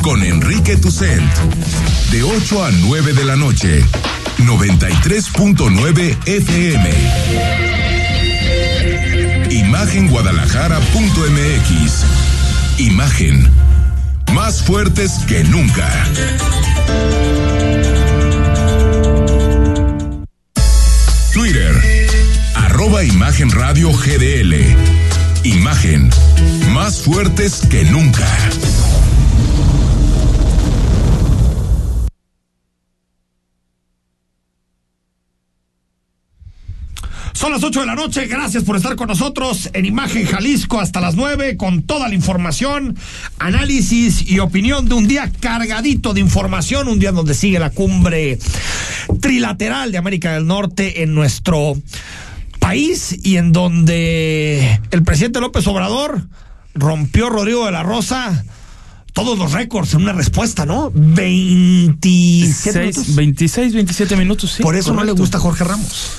con Enrique Tucent. De 8 a 9 de la noche. 93.9 FM. Imagenguadalajara.mx. Imagen. Más fuertes que nunca. Twitter. @Imagen Radio GDL. Imagen. Más fuertes que nunca. Son las 8 de la noche, gracias por estar con nosotros en Imagen Jalisco hasta las 9 con toda la información, análisis y opinión de un día cargadito de información, un día donde sigue la cumbre trilateral de América del Norte en nuestro país y en donde el presidente López Obrador rompió, Rodrigo de la Rosa, todos los récords en una respuesta, ¿no? 26, 27 minutos, sí. Por eso correcto. No le gusta a Jorge Ramos.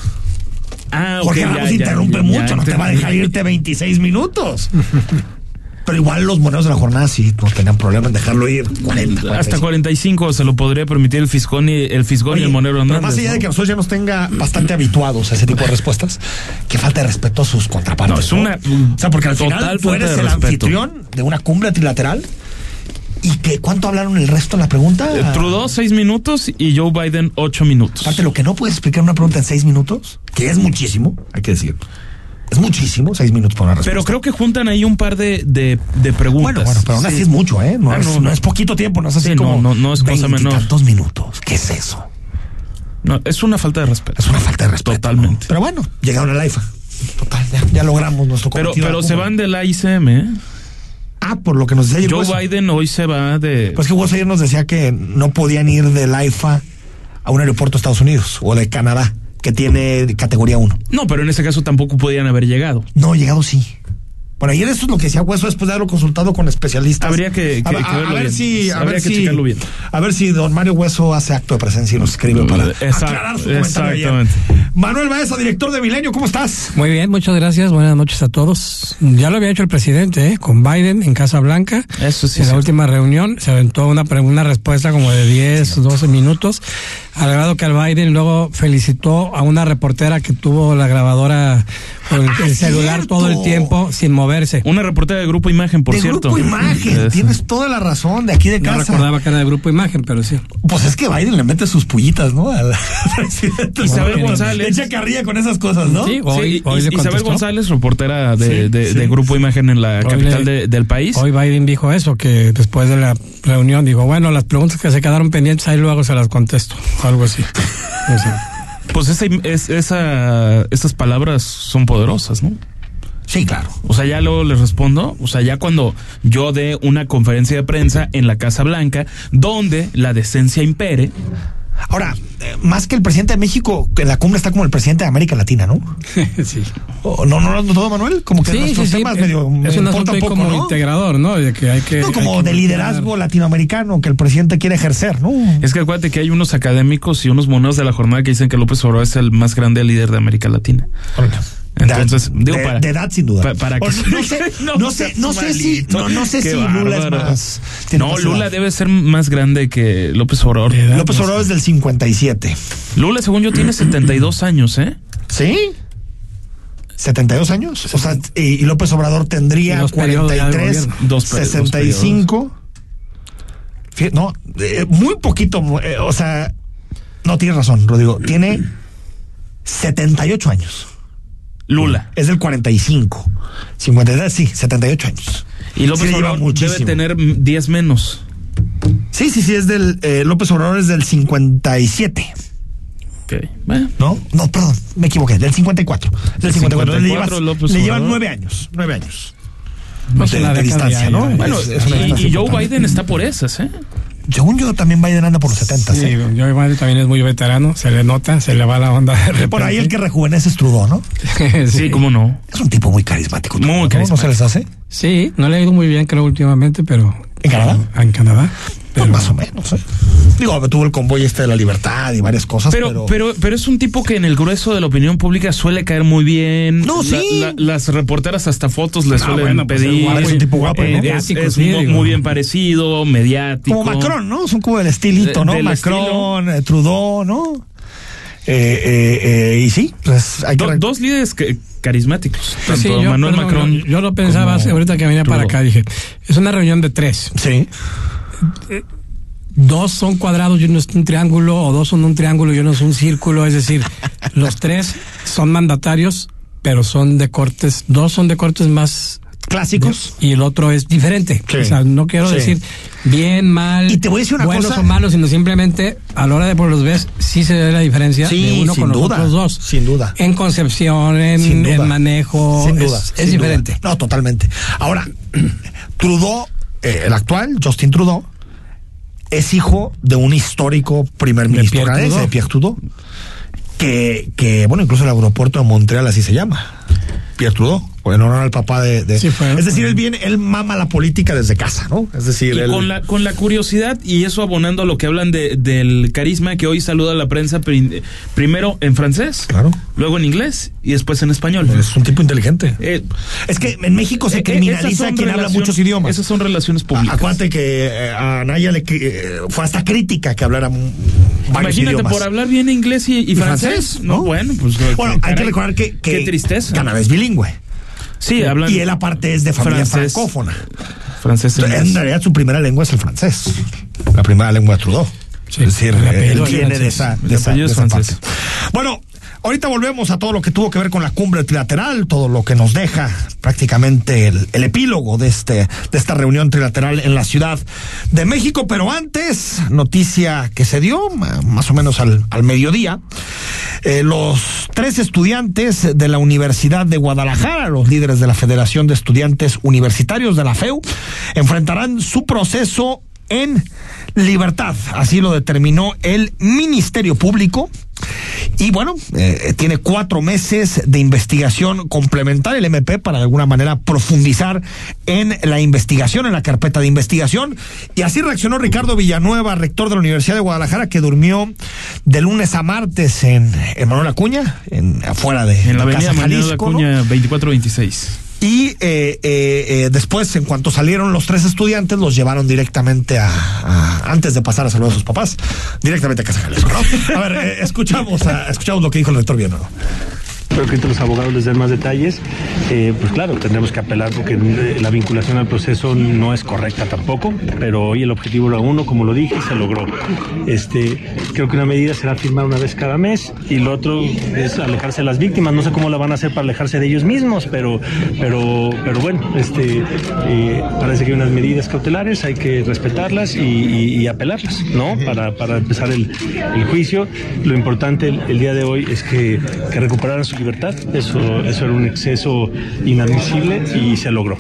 Jorge Ramos interrumpe mucho, no te va a dejar irte 26 minutos. Pero igual los moneros de la jornada sí no tenían problema en dejarlo ir 40. Hasta 45 se lo podría permitir el Fisgón y el Monero Hernández. Pero más allá de que nosotros ya nos tenga bastante habituados a ese tipo de respuestas, que falta de respeto a sus contrapartes. No, es una. O sea, porque al final tú eres el anfitrión de una cumbre trilateral. ¿Y cuánto hablaron el resto en la pregunta? Trudeau 6 minutos y Joe Biden 8 minutos. Aparte, lo que no puedes explicar una pregunta en 6 minutos, que es muchísimo, hay que decir. Es muchísimo, 6 minutos para una respuesta. Pero creo que juntan ahí un par de preguntas. Bueno, pero aún así es mucho, ¿eh? No es poquito tiempo, no es así como no es cosa menor. Tantos minutos, ¿qué es eso? No, es una falta de respeto. Es una falta de respeto. Totalmente. ¿No? Pero bueno, llegaron a la IFA. Total, ya logramos nuestro cometido. Pero se van de la ICM, ¿eh? Por lo que nos decía ayer Joe Biden hoy se va de... Pues que Hueso ayer nos decía que no podían ir de la IFA a un aeropuerto de Estados Unidos o de Canadá, que tiene categoría 1. No, pero en ese caso tampoco podían haber llegado. No, llegado sí. Bueno, ayer eso es lo que decía Hueso después de haberlo consultado con especialistas. Habría que verlo bien. Habría que checarlo bien. A ver si don Mario Hueso hace acto de presencia y nos escribe para aclarar su comentario ayer. Manuel Baeza, director de Milenio, ¿cómo estás? Muy bien, muchas gracias. Buenas noches a todos. Ya lo había hecho el presidente, con Biden en Casa Blanca. Eso sí. En la última reunión se aventó una respuesta como de 10, 12 minutos, al grado que al Biden luego felicitó a una reportera que tuvo la grabadora con el celular todo el tiempo sin moverse. Una reportera de Grupo Imagen, por cierto. De Grupo Imagen, tienes toda la razón, de aquí de casa. No recordaba que era de Grupo Imagen, pero sí. Pues es que Biden le mete sus pullitas, ¿no? Al presidente. Isabel González. Echa carrilla con esas cosas, ¿no? Sí, hoy Isabel González, reportera de Grupo Imagen en la capital del país. Hoy Biden dijo eso, que después de la reunión dijo, bueno, las preguntas que se quedaron pendientes, ahí luego se las contesto, algo así. No sé. Pues esas palabras son poderosas, ¿no? Sí, claro. O sea, ya luego les respondo. O sea, ya cuando yo dé una conferencia de prensa en la Casa Blanca, donde la decencia impere. Ahora, más que el presidente de México, en la cumbre está como el presidente de América Latina, ¿no? Sí. ¿No todo, Manuel? Como que nuestros temas medio es un asunto poco, como ¿no? integrador, ¿no? De que hay que... No, como de liderazgo latinoamericano que el presidente quiere ejercer, ¿no? Es que acuérdate que hay unos académicos y unos moneros de la jornada que dicen que López Obrador es el más grande líder de América Latina. Entonces, de edad sin duda. Para que no sé si Lula es más. No, Lula debe ser más grande que López Obrador. López Obrador es del 57. Lula, según yo, tiene 72 años, ¿eh? ¿Sí? ¿72 años? O sea, y López Obrador tendría 43, 65. No, muy poquito, o sea, no tienes razón, Rodrigo. Tiene 78 años. Lula. Es del 45. 53, sí, 78 años. Y López Obrador debe tener 10 menos. Sí, es del... López Obrador es del 57. Ok. Bueno. No, perdón, me equivoqué, del 54. Del 54. Le llevan 9 años. 9 años. No sé, de distancia, ¿no? Bueno, y Joe Biden está por esas, ¿eh? Según yo, también Biden anda por los 70. Sí, Joe Biden también es muy veterano, se le nota, se le va la onda de repente. Por ahí el que rejuvenece es Trudeau, ¿no? Sí, cómo no. Es un tipo muy carismático. Muy carismático. ¿No se les hace? Sí, no le ha ido muy bien, creo, últimamente, pero... ¿En Canadá? En Canadá. Pues más o menos. Digo, tuvo el convoy de la libertad y varias cosas. Pero es un tipo que en el grueso de la opinión pública suele caer muy bien. No, sí. Las reporteras hasta fotos le suelen pedir. Pues es un tipo guapo, ¿no? Es muy bien parecido, mediático. Como Macron, ¿no? Son como del estilito, ¿no? Macron, Trudeau, ¿no? Y sí, pues hay dos líderes carismáticos. Tanto sí, Manuel Macron. Yo lo pensaba ahorita que venía para acá, dije, es una reunión de 3. Sí. 2 son cuadrados y uno es un triángulo, o 2 son un triángulo y uno es un círculo, es decir, los 3 son mandatarios, pero son de cortes, 2 son de cortes más clásicos y el otro es diferente. Sí. O sea, no quiero decir bien, mal, y te voy a decir una buenos cosa, o malos, sino simplemente a la hora de por los ves, sí se ve la diferencia de uno con los otros 2. Sin duda. En concepción, en manejo, sin duda, es diferente. No, totalmente. Ahora, Trudeau, el actual, Justin Trudeau, es hijo de un histórico primer ministro canadiense, de Pierre Trudeau, que bueno, incluso el aeropuerto de Montreal así se llama, Pierre Trudeau, en honor al papá de... Sí, es decir, él mama la política desde casa, ¿no? Es decir, con la curiosidad, y eso abonando a lo que hablan del carisma, que hoy saluda a la prensa primero en francés, claro, luego en inglés y después en español. Es un tipo inteligente. Es que en México se criminaliza a quien habla muchos idiomas. Esas son relaciones públicas. Acuérdate que a Anaya fue hasta crítica que hablara varios Imagínate, idiomas. por hablar bien inglés y francés, ¿no? Bueno, pues... Bueno, hay que recordar que qué tristeza. Canadá es bilingüe. Sí, hablan. Y él aparte es de familia francófona. Francés. En realidad su primera lengua es el francés. La primera lengua de Trudeau. Sí, es decir, él viene de esa parte. Bueno, ahorita volvemos a todo lo que tuvo que ver con la cumbre trilateral, todo lo que nos deja prácticamente el epílogo de esta reunión trilateral en la Ciudad de México. Pero antes, noticia que se dio más o menos al mediodía. Los 3 estudiantes de la Universidad de Guadalajara, los líderes de la Federación de Estudiantes Universitarios de la FEU, enfrentarán su proceso en libertad. Así lo determinó el Ministerio Público. Y bueno, tiene 4 meses de investigación complementaria el MP para de alguna manera profundizar en la investigación, en la carpeta de investigación. Y así reaccionó Ricardo Villanueva, rector de la Universidad de Guadalajara, que durmió de lunes a martes en Manuel Acuña, afuera de la Casa Jalisco, Acuña, ¿no? 2426. Y después, en cuanto salieron los 3 estudiantes, los llevaron directamente antes de pasar a saludar a sus papás, directamente a Casa Jalisco, ¿no? A ver, escuchamos lo que dijo el rector Villanueva. Espero que los abogados les den más detalles. Pues claro, tendremos que apelar porque la vinculación al proceso no es correcta tampoco, pero hoy el objetivo era 1, como lo dije, y se logró. Creo que una medida será firmar una vez cada mes y lo otro es alejarse de las víctimas. No sé cómo la van a hacer para alejarse de ellos mismos, pero bueno, parece que hay unas medidas cautelares, hay que respetarlas y apelarlas, ¿no? Para empezar el juicio. Lo importante el día de hoy es que recuperaran su libertad. Eso era un exceso inadmisible y se logró.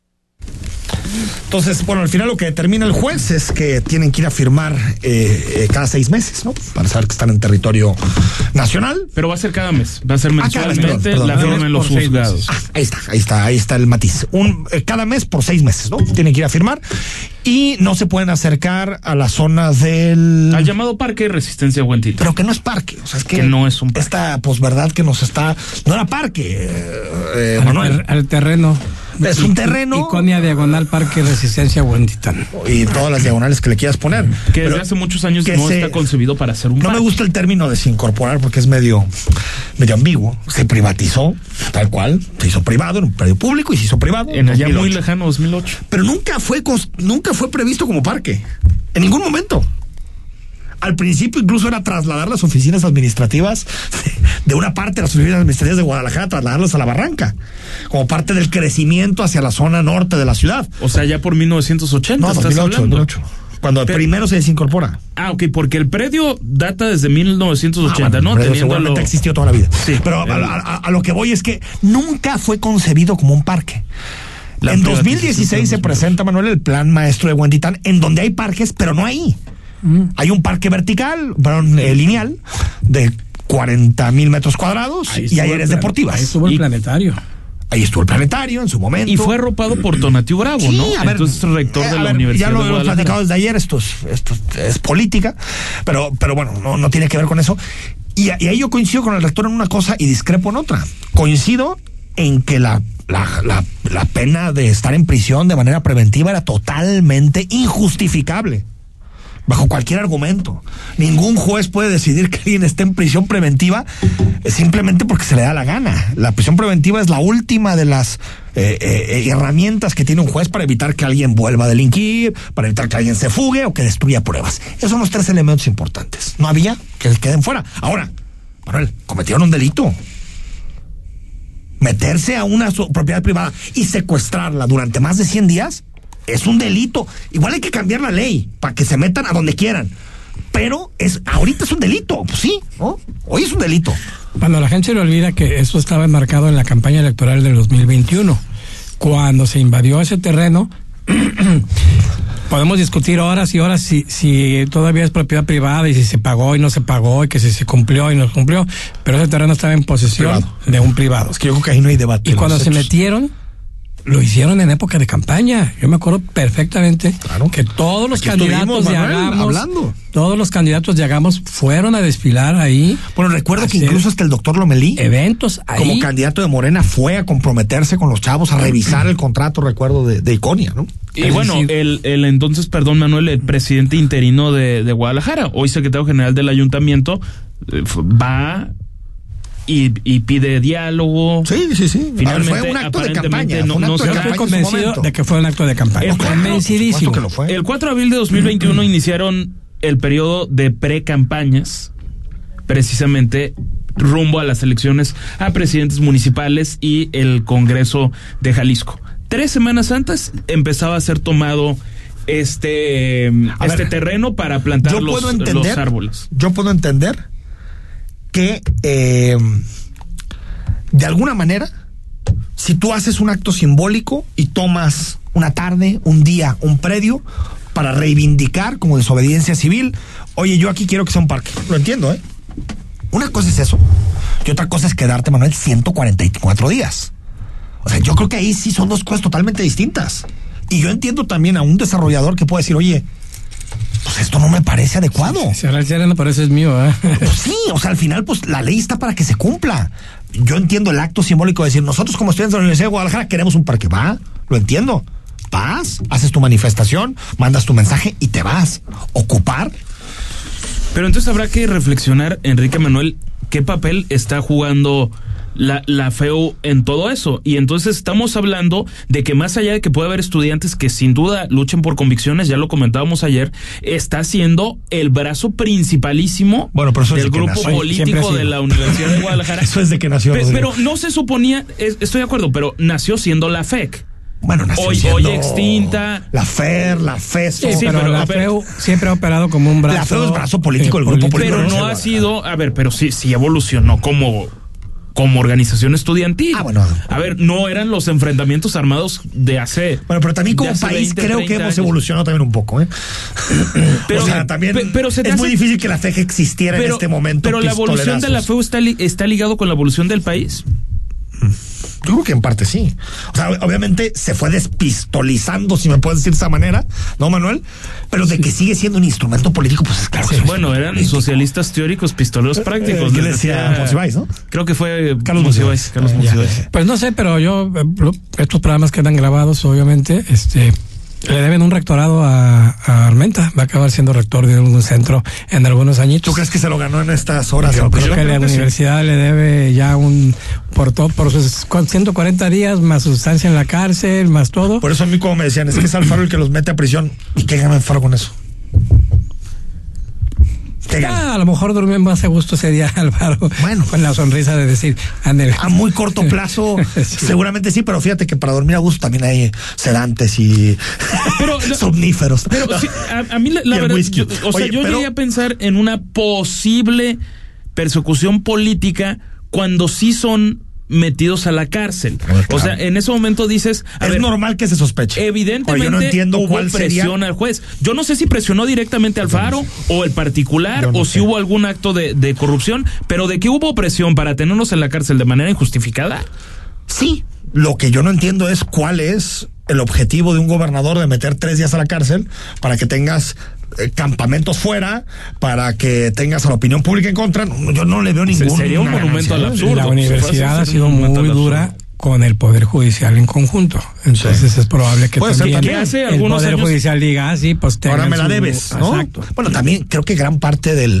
Entonces, bueno, al final lo que determina el juez es que tienen que ir a firmar cada 6 meses, ¿no? Para saber que están en territorio nacional. Pero va a ser cada mes, va a ser mensualmente la firma en los juzgados. Ahí está el matiz. Cada mes por 6 meses, ¿no? Tienen que ir a firmar y no se pueden acercar a la zona al llamado Parque Resistencia Huentitán. Pero que no es parque, o sea, es que no es un parque. Esta posverdad que nos está, no era parque, Manuel. Al terreno. Es un terreno. Iconia diagonal Parque Resistencia Huentitán. Y todas las diagonales que le quieras poner. Que desde hace muchos años no está concebido para ser un parque. No me gusta el término desincorporar porque es medio ambiguo. Se privatizó, tal cual. Se hizo privado en un predio público y se hizo privado. En allá muy lejano, 2008. Pero nunca fue previsto como parque. En ningún momento. Al principio incluso era trasladar las oficinas administrativas de una parte de las oficinas administrativas de Guadalajara, trasladarlas a la Barranca, como parte del crecimiento hacia la zona norte de la ciudad. O sea, ya por 1980. No, 2008. Cuando primero se desincorpora. Ah, ok, porque el predio data desde 1980, ¿no? Seguramente existió toda la vida. Sí, pero a lo que voy es que nunca fue concebido como un parque. En 2016 se presenta, Manuel, el plan maestro de Huentitán, en donde hay parques, pero no hay. Hay un parque lineal de 40,000 metros cuadrados y hay áreas deportivas. Ahí estuvo el planetario. Ahí estuvo el Planetario en su momento. Y fue arropado por Tonatiuh Bravo, sí, ¿no? A ver, entonces rector de la Universidad ya lo de hemos Guadalajara. platicado desde ayer, esto es política, pero bueno, no tiene que ver con eso. Y ahí yo coincido con el rector en una cosa y discrepo en otra. Coincido en que la pena de estar en prisión de manera preventiva era totalmente injustificable. Bajo cualquier argumento. Ningún juez puede decidir que alguien esté en prisión preventiva simplemente porque se le da la gana. La prisión preventiva es la última de las herramientas que tiene un juez para evitar que alguien vuelva a delinquir, para evitar que alguien se fugue o que destruya pruebas. Esos son los 3 elementos importantes. No había que queden fuera. Ahora, Manuel, cometieron un delito. Meterse a una propiedad privada y secuestrarla durante más de 100 días es un delito. Igual hay que cambiar la ley para que se metan a donde quieran. Pero ahorita es un delito, pues sí, ¿no? Hoy es un delito. Cuando la gente se le olvida que eso estaba enmarcado en la campaña electoral del 2021. Cuando se invadió ese terreno, podemos discutir horas y horas si todavía es propiedad privada y si se pagó y no se pagó y que si se cumplió y no se cumplió, pero ese terreno estaba en posesión de un privado. Es que yo creo que ahí no hay debate. Y cuando se metieron, lo hicieron en época de campaña. Yo me acuerdo perfectamente que todos los candidatos de Hagamos fueron a desfilar ahí. Bueno, recuerdo que incluso hasta el doctor Lomelí, eventos ahí, como candidato de Morena, fue a comprometerse con los chavos a revisar el contrato, recuerdo, de Iconia, ¿no? Y bueno, el entonces, Manuel, el presidente interino de Guadalajara, hoy secretario general del ayuntamiento, va y pide diálogo. Sí. Finalmente, fue un acto de campaña. Yo estoy convencido de que fue un acto de campaña. Convencidísimo que lo fue. El 4 de abril de 2021 iniciaron el periodo de pre-campañas, precisamente rumbo a las elecciones a presidentes municipales y el Congreso de Jalisco. 3 semanas antes empezaba a ser tomado este terreno para plantar los árboles. Yo puedo entender que de alguna manera, si tú haces un acto simbólico y tomas una tarde, un día, un predio para reivindicar como desobediencia civil, oye, yo aquí quiero que sea un parque. Lo entiendo, ¿eh? Una cosa es eso y otra cosa es quedarte, Manuel, 144 días. O sea, yo creo que ahí sí son dos cosas totalmente distintas. Y yo entiendo también a un desarrollador que puede decir, oye, pues esto no me parece adecuado. Si ahora el terreno parece es mío, ¿eh? Pues sí, o sea, al final, pues la ley está para que se cumpla. Yo entiendo el acto simbólico de decir, nosotros como estudiantes de la Universidad de Guadalajara queremos un parque. Va, lo entiendo. Vas, haces tu manifestación, mandas tu mensaje y te vas. Ocupar. Pero entonces habrá que reflexionar, Enrique Manuel, qué papel está jugando la FEU en todo eso. Y entonces estamos hablando de que más allá de que puede haber estudiantes que sin duda luchen por convicciones, ya lo comentábamos ayer, está siendo el brazo principalísimo del grupo político de la Universidad de Guadalajara. Eso es de que nació. Pero no se suponía, estoy de acuerdo, pero nació siendo la FEC. Bueno, hoy extinta. La FER, la FESO. Sí, pero la FEU siempre ha operado como un brazo. La FEU es brazo político del grupo político. Pero no ha sido, pero sí evolucionó como organización estudiantil. Bueno. A ver, no eran los enfrentamientos armados de hace. Bueno, pero también como país 20, creo que hemos evolucionado también un poco, ¿eh? Pero, o sea, también es muy difícil que la FEG existiera en este momento. Pero la evolución de la FEU está ligado con la evolución del país. Yo creo que en parte sí. O sea, obviamente se fue despistolizando, si me puedes decir de esa manera, ¿no, Manuel? Pero de que sigue siendo un instrumento político, pues es claro. Sí, bueno, eran político. Socialistas teóricos, pistoleros prácticos. ¿Qué decía Monsiváis, no? Creo que fue Carlos Monsiváis. Pues no sé, pero yo, estos programas quedan grabados, obviamente, le deben un rectorado a Armenta. Va a acabar siendo rector de un centro en algunos añitos. ¿Tú crees que se lo ganó en estas horas? Yo creo que la universidad le debe ya por sus 140 días, más su estancia en la cárcel, más todo. Por eso a mí, como me decían, es que es Alfaro el que los mete a prisión. ¿Y qué gana Alfaro con eso? A lo mejor durmió más a gusto ese día, Álvaro. Bueno, con la sonrisa de decir, ándale. A muy corto plazo, sí. Seguramente sí, pero fíjate que para dormir a gusto también hay sedantes y somníferos. Pero sí, a mí la verdad, yo llegué a pensar en una posible persecución política cuando sí son metidos a la cárcel. Claro. O sea, en ese momento dices, es normal que se sospeche. Evidentemente yo no entiendo hubo cuál presión al juez. Yo no sé si presionó directamente al Faro o el particular o si hubo algún acto de corrupción, pero de que hubo presión para tenernos en la cárcel de manera injustificada. Sí, lo que yo no entiendo es cuál es el objetivo de un gobernador de meter 3 días a la cárcel para que tengas campamentos fuera, para que tengas a la opinión pública en contra. Yo no le veo ningún... Sería un monumento al absurdo. La universidad ha sido muy dura con el Poder Judicial en conjunto. Entonces es probable que también el Poder Judicial diga, sí, pues ahora me la debes, ¿no? Exacto. Bueno, también creo que gran parte del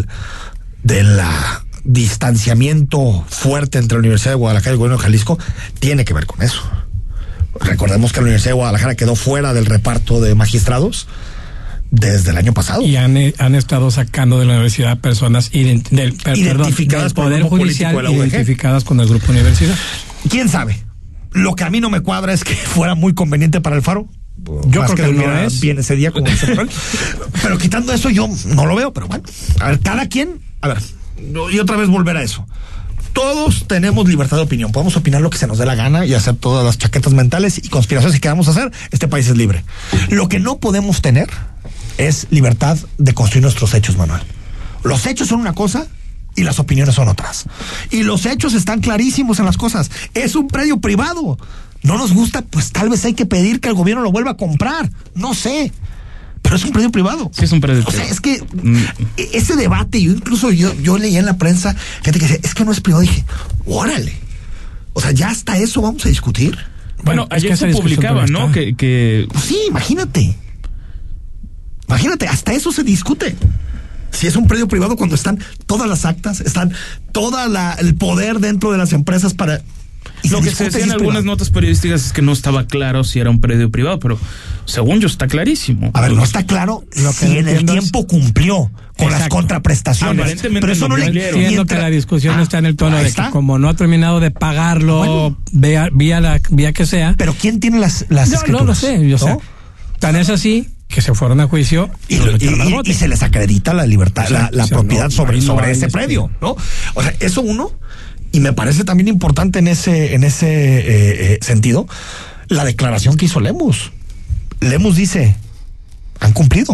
distanciamiento fuerte entre la Universidad de Guadalajara y el gobierno de Jalisco tiene que ver con eso. Recordemos que la Universidad de Guadalajara quedó fuera del reparto de magistrados desde el año pasado. Y han estado sacando de la universidad personas identificadas del Poder Judicial, identificadas con el grupo universidad. ¿Quién sabe? Lo que a mí no me cuadra es que fuera muy conveniente para el Faro. Yo creo que no es bien ese día como central. Pero quitando eso yo no lo veo, pero bueno. A ver, cada quien, y otra vez volver a eso. Todos tenemos libertad de opinión, podemos opinar lo que se nos dé la gana y hacer todas las chaquetas mentales y conspiraciones que queramos hacer. Este país es libre. Lo que no podemos tener es libertad de construir nuestros hechos, Manuel. Los hechos son una cosa y las opiniones son otras. Y los hechos están clarísimos en las cosas. Es un predio privado. No nos gusta, pues tal vez hay que pedir que el gobierno lo vuelva a comprar. No sé. Pero es un predio privado. Sí, es un predio privado. O sea, es que ese debate, yo leía en la prensa gente que decía, es que no es privado. Dije, órale. O sea, ya hasta eso vamos a discutir. Bueno, ayer se publicaba, ¿no? Que... Pues sí, imagínate. Imagínate, hasta eso se discute. Si es un predio privado cuando están todas las actas, están el poder dentro de las empresas para... Lo que se decía en algunas notas periodísticas es que no estaba claro si era un predio privado, pero según yo está clarísimo. A ver, no está claro si en el tiempo cumplió con las contraprestaciones. Pero eso no le entiendo que la discusión está en el tono de que como no ha terminado de pagarlo, vía que sea. Pero ¿quién tiene las escrituras? No lo sé, yo sé. Tan es así que se fueron a juicio y se les acredita la libertad, la propiedad sobre ese predio, ¿no? O sea, eso uno. Y me parece también importante en ese sentido la declaración que hizo Lemus. Lemus dice, han cumplido.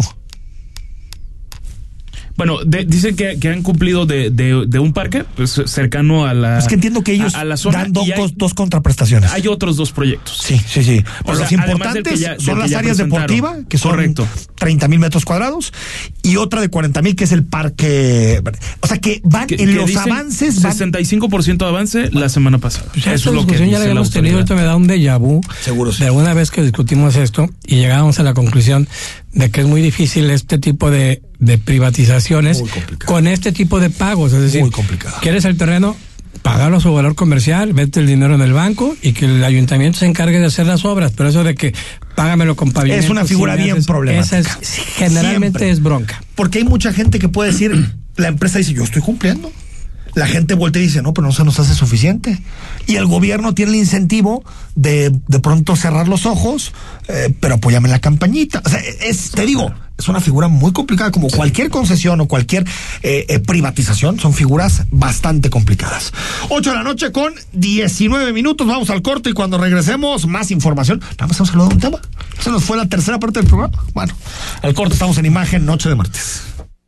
Bueno, dice que han cumplido de un parque pues, cercano a la... Es que entiendo que ellos dan dos contraprestaciones. Hay otros 2 proyectos. Sí. Pero los importantes son las áreas deportivas, que son 30,000 metros cuadrados, y otra de 40,000, que es el parque. O sea, que van en los avances. 65% de avance la semana pasada. Pues eso es lo que ya la habíamos tenido. Ahorita me da un déjà vu. Seguro sí. De alguna vez que discutimos esto y llegábamos a la conclusión de que es muy difícil este tipo de privatizaciones con este tipo de pagos. Es decir, muy complicado. ¿Quieres el terreno? Págalo a su valor comercial, vete el dinero en el banco y que el ayuntamiento se encargue de hacer las obras. Pero eso de que págamelo con pavimento. Es una figura bien problemática. Esa generalmente siempre es bronca. Porque hay mucha gente que puede decir, la empresa dice, yo estoy cumpliendo. La gente voltea y dice, no, pero no se nos hace suficiente. Y el gobierno tiene el incentivo de pronto cerrar los ojos, pero apóyame en la campañita. O sea, te digo, es una figura muy complicada, como cualquier concesión o cualquier privatización, son figuras bastante complicadas. 8:00 con 19 minutos, vamos al corte y cuando regresemos, más información. Nada más estamos hablando de un tema. Se nos fue la tercera parte del programa. Bueno, al corte estamos en Imagen, noche de martes.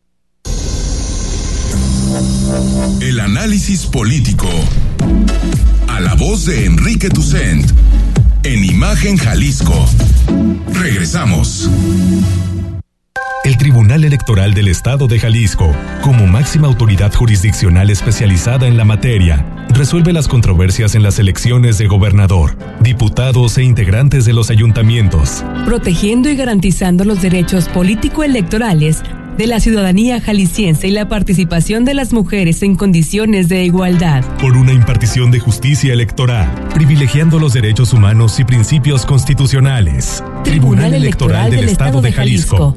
El análisis político. A la voz de Enrique Tucent. En Imagen Jalisco. Regresamos. El Tribunal Electoral del Estado de Jalisco, como máxima autoridad jurisdiccional especializada en la materia, resuelve las controversias en las elecciones de gobernador, diputados e integrantes de los ayuntamientos. Protegiendo y garantizando los derechos político-electorales de la ciudadanía jalisciense y la participación de las mujeres en condiciones de igualdad. Por una impartición de justicia electoral, privilegiando los derechos humanos y principios constitucionales. Tribunal Electoral del Estado de Jalisco.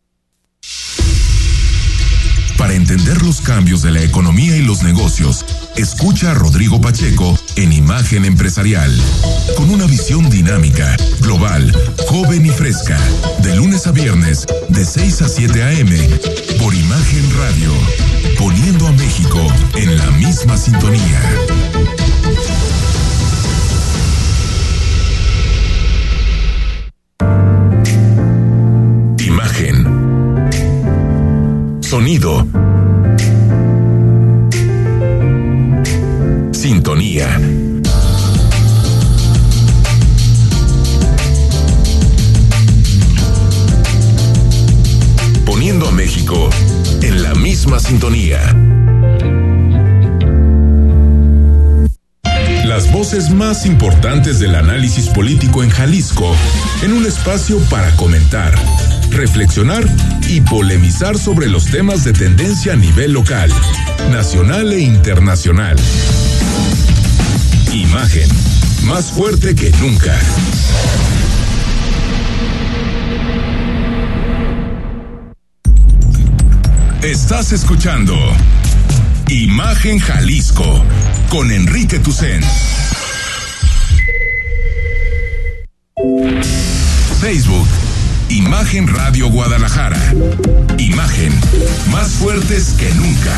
Para entender los cambios de la economía y los negocios, escucha a Rodrigo Pacheco en Imagen Empresarial. Con una visión dinámica, global, joven y fresca. De lunes a viernes, de 6 a 7 a.m. por Imagen Radio. Poniendo a México en la misma sintonía. Imagen. Sonido. Sintonía. poniendo a México en la misma sintonía. Las voces más importantes del análisis político en Jalisco, en un espacio para comentar, reflexionar y polemizar sobre los temas de tendencia a nivel local, nacional e internacional. Imagen, más fuerte que nunca. Estás escuchando Imagen Jalisco con Enrique Tucent. Facebook, Imagen Radio Guadalajara. Imagen, más fuertes que nunca.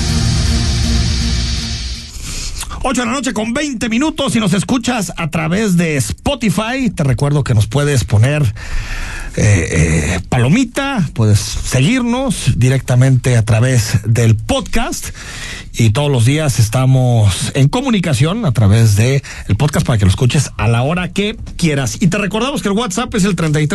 8 de la noche con 20 minutos y nos escuchas a través de Spotify. Te recuerdo que nos puedes poner palomita, puedes seguirnos directamente a través del podcast y todos los días estamos en comunicación a través de el podcast para que lo escuches a la hora que quieras. Y te recordamos que el WhatsApp es el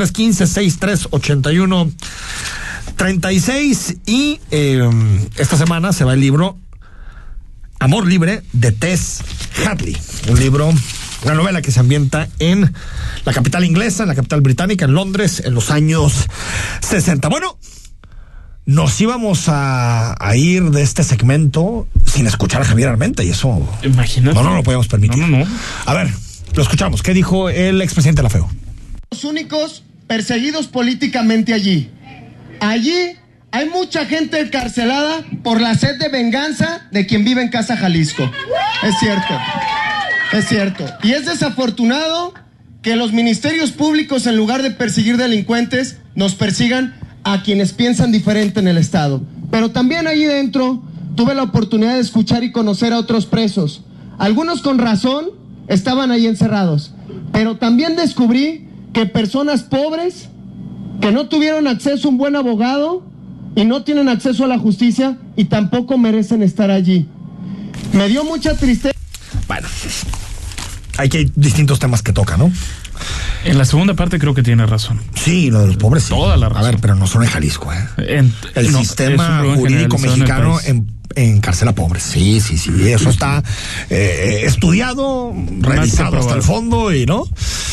3315-6381-36 y esta semana se va el libro Amor Libre de Tess Hadley, un libro, una novela que se ambienta en la capital inglesa, en la capital británica, en Londres, en los años 60. Bueno, nos íbamos a ir de este segmento sin escuchar a Javier Armenta y eso... Imagínate. No lo podemos permitir. No. A ver, lo escuchamos. ¿Qué dijo el expresidente de la FEU? Los únicos perseguidos políticamente allí. Allí hay mucha gente encarcelada por la sed de venganza de quien vive en Casa Jalisco. Es cierto. Es cierto. Y es desafortunado que los ministerios públicos, en lugar de perseguir delincuentes, nos persigan a quienes piensan diferente en el Estado. Pero también allí dentro tuve la oportunidad de escuchar y conocer a otros presos. Algunos con razón estaban ahí encerrados. Pero también descubrí que personas pobres que no tuvieron acceso a un buen abogado y no tienen acceso a la justicia y tampoco merecen estar allí. Me dio mucha tristeza. Bueno, hay distintos temas que toca, ¿no? En la segunda parte creo que tiene razón. Sí, lo de los pobres sí. Toda la razón. A ver, pero no son en Jalisco, ¿eh? El sistema jurídico mexicano encarcela pobres. Sí. Eso está estudiado, revisado hasta el fondo y ¿no?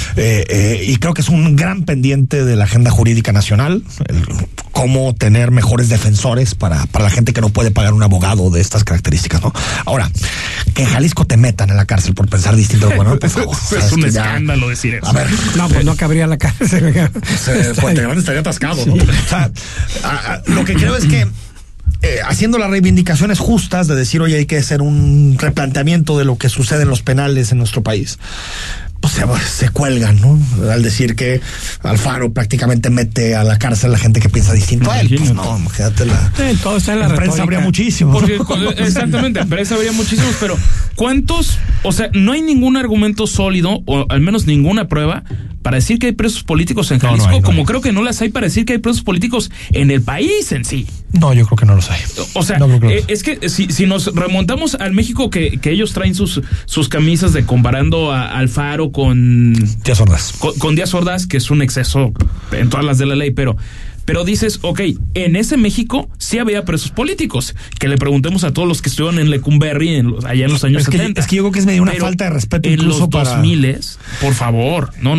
Y creo que es un gran pendiente de la agenda jurídica nacional, cómo tener mejores defensores para la gente que no puede pagar un abogado de estas características, ¿no? Ahora, que en Jalisco te metan en la cárcel por pensar distinto, bueno, por favor. Es un escándalo decir eso. A ver. No, pues no cabría la cárcel. Estaría atascado, ¿no? O sea, lo que creo es que haciendo las reivindicaciones justas de decir, oye, hay que hacer un replanteamiento de lo que sucede en los penales en nuestro país, pues se cuelgan, ¿no? Al decir que Alfaro prácticamente mete a la cárcel a la gente que piensa distinto a él. Pues no, imagínate todo está en la prensa habría muchísimo. Porque, exactamente, en prensa habría muchísimos, pero ¿cuántos? O sea, no hay ningún argumento sólido, o al menos ninguna prueba, para decir que hay presos políticos en Jalisco, no hay. Creo que no las hay para decir que hay presos políticos en el país en sí. No, yo creo que no los hay. O sea, es que si nos remontamos al México que ellos traen sus camisas de comparando a Alfaro con Díaz Ordaz. Con Díaz Ordaz, que es un exceso en todas las de la ley, pero dices, ok, en ese México sí había presos políticos. Que le preguntemos a todos los que estuvieron en Lecumberri allá en los años 70. Es que yo creo que es medio una falta de respeto en incluso los 2000, por favor. No.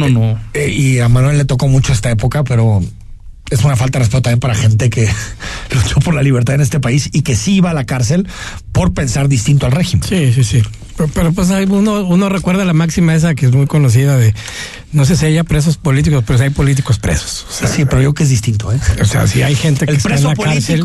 Y a Manuel le tocó mucho esta época, pero es una falta de respeto también para gente que luchó por la libertad en este país y que sí iba a la cárcel por pensar distinto al régimen. Sí. Pero pues uno recuerda la máxima esa que es muy conocida de, no sé si haya presos políticos, pero si hay políticos presos. O sea, sí, pero yo creo que es distinto, ¿eh? O sea, si hay gente que está en la cárcel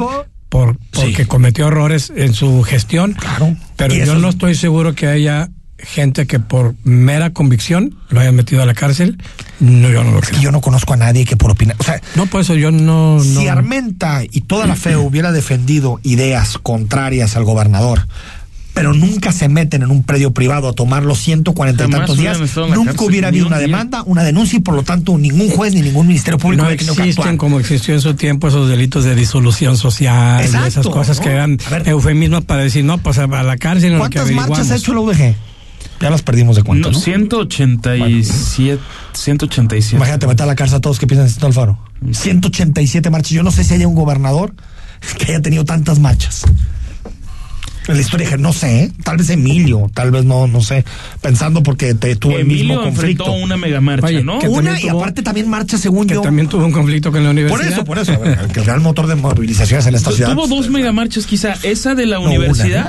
porque cometió errores en su gestión. Claro. Pero yo no estoy seguro que haya gente que por mera convicción lo hayan metido a la cárcel. No, yo no lo creo. Es que yo no conozco a nadie que por opinar, o sea, no, por eso yo no. Si Armenta y toda la FEU hubiera defendido ideas contrarias al gobernador, pero nunca se meten en un predio privado a tomar los 140 y tantos días, nunca hubiera habido una demanda, una denuncia y por lo tanto ningún juez ni ningún ministerio público no existen como existió en su tiempo esos delitos de disolución social. Exacto, y esas cosas que eran eufemismos para decir, no, pues a la cárcel. ¿Cuántas marchas ha hecho la UDG? Ya las perdimos de cuenta, ¿no? 187. Imagínate meter a la cárcel a todos que piensan distinto Alfaro. 187 marchas. Yo no sé si haya un gobernador que haya tenido tantas marchas en la historia, no sé, tal vez Emilio, tal vez no sé, pensando porque tuvo el mismo conflicto. Enfrentó una mega marcha, ¿no? Una, y aparte también marcha, según yo. También tuvo un conflicto con la universidad. Por eso, que el gran motor de movilizaciones en esta ciudad. Tuvo 2 megamarchas, quizá, esa de la universidad.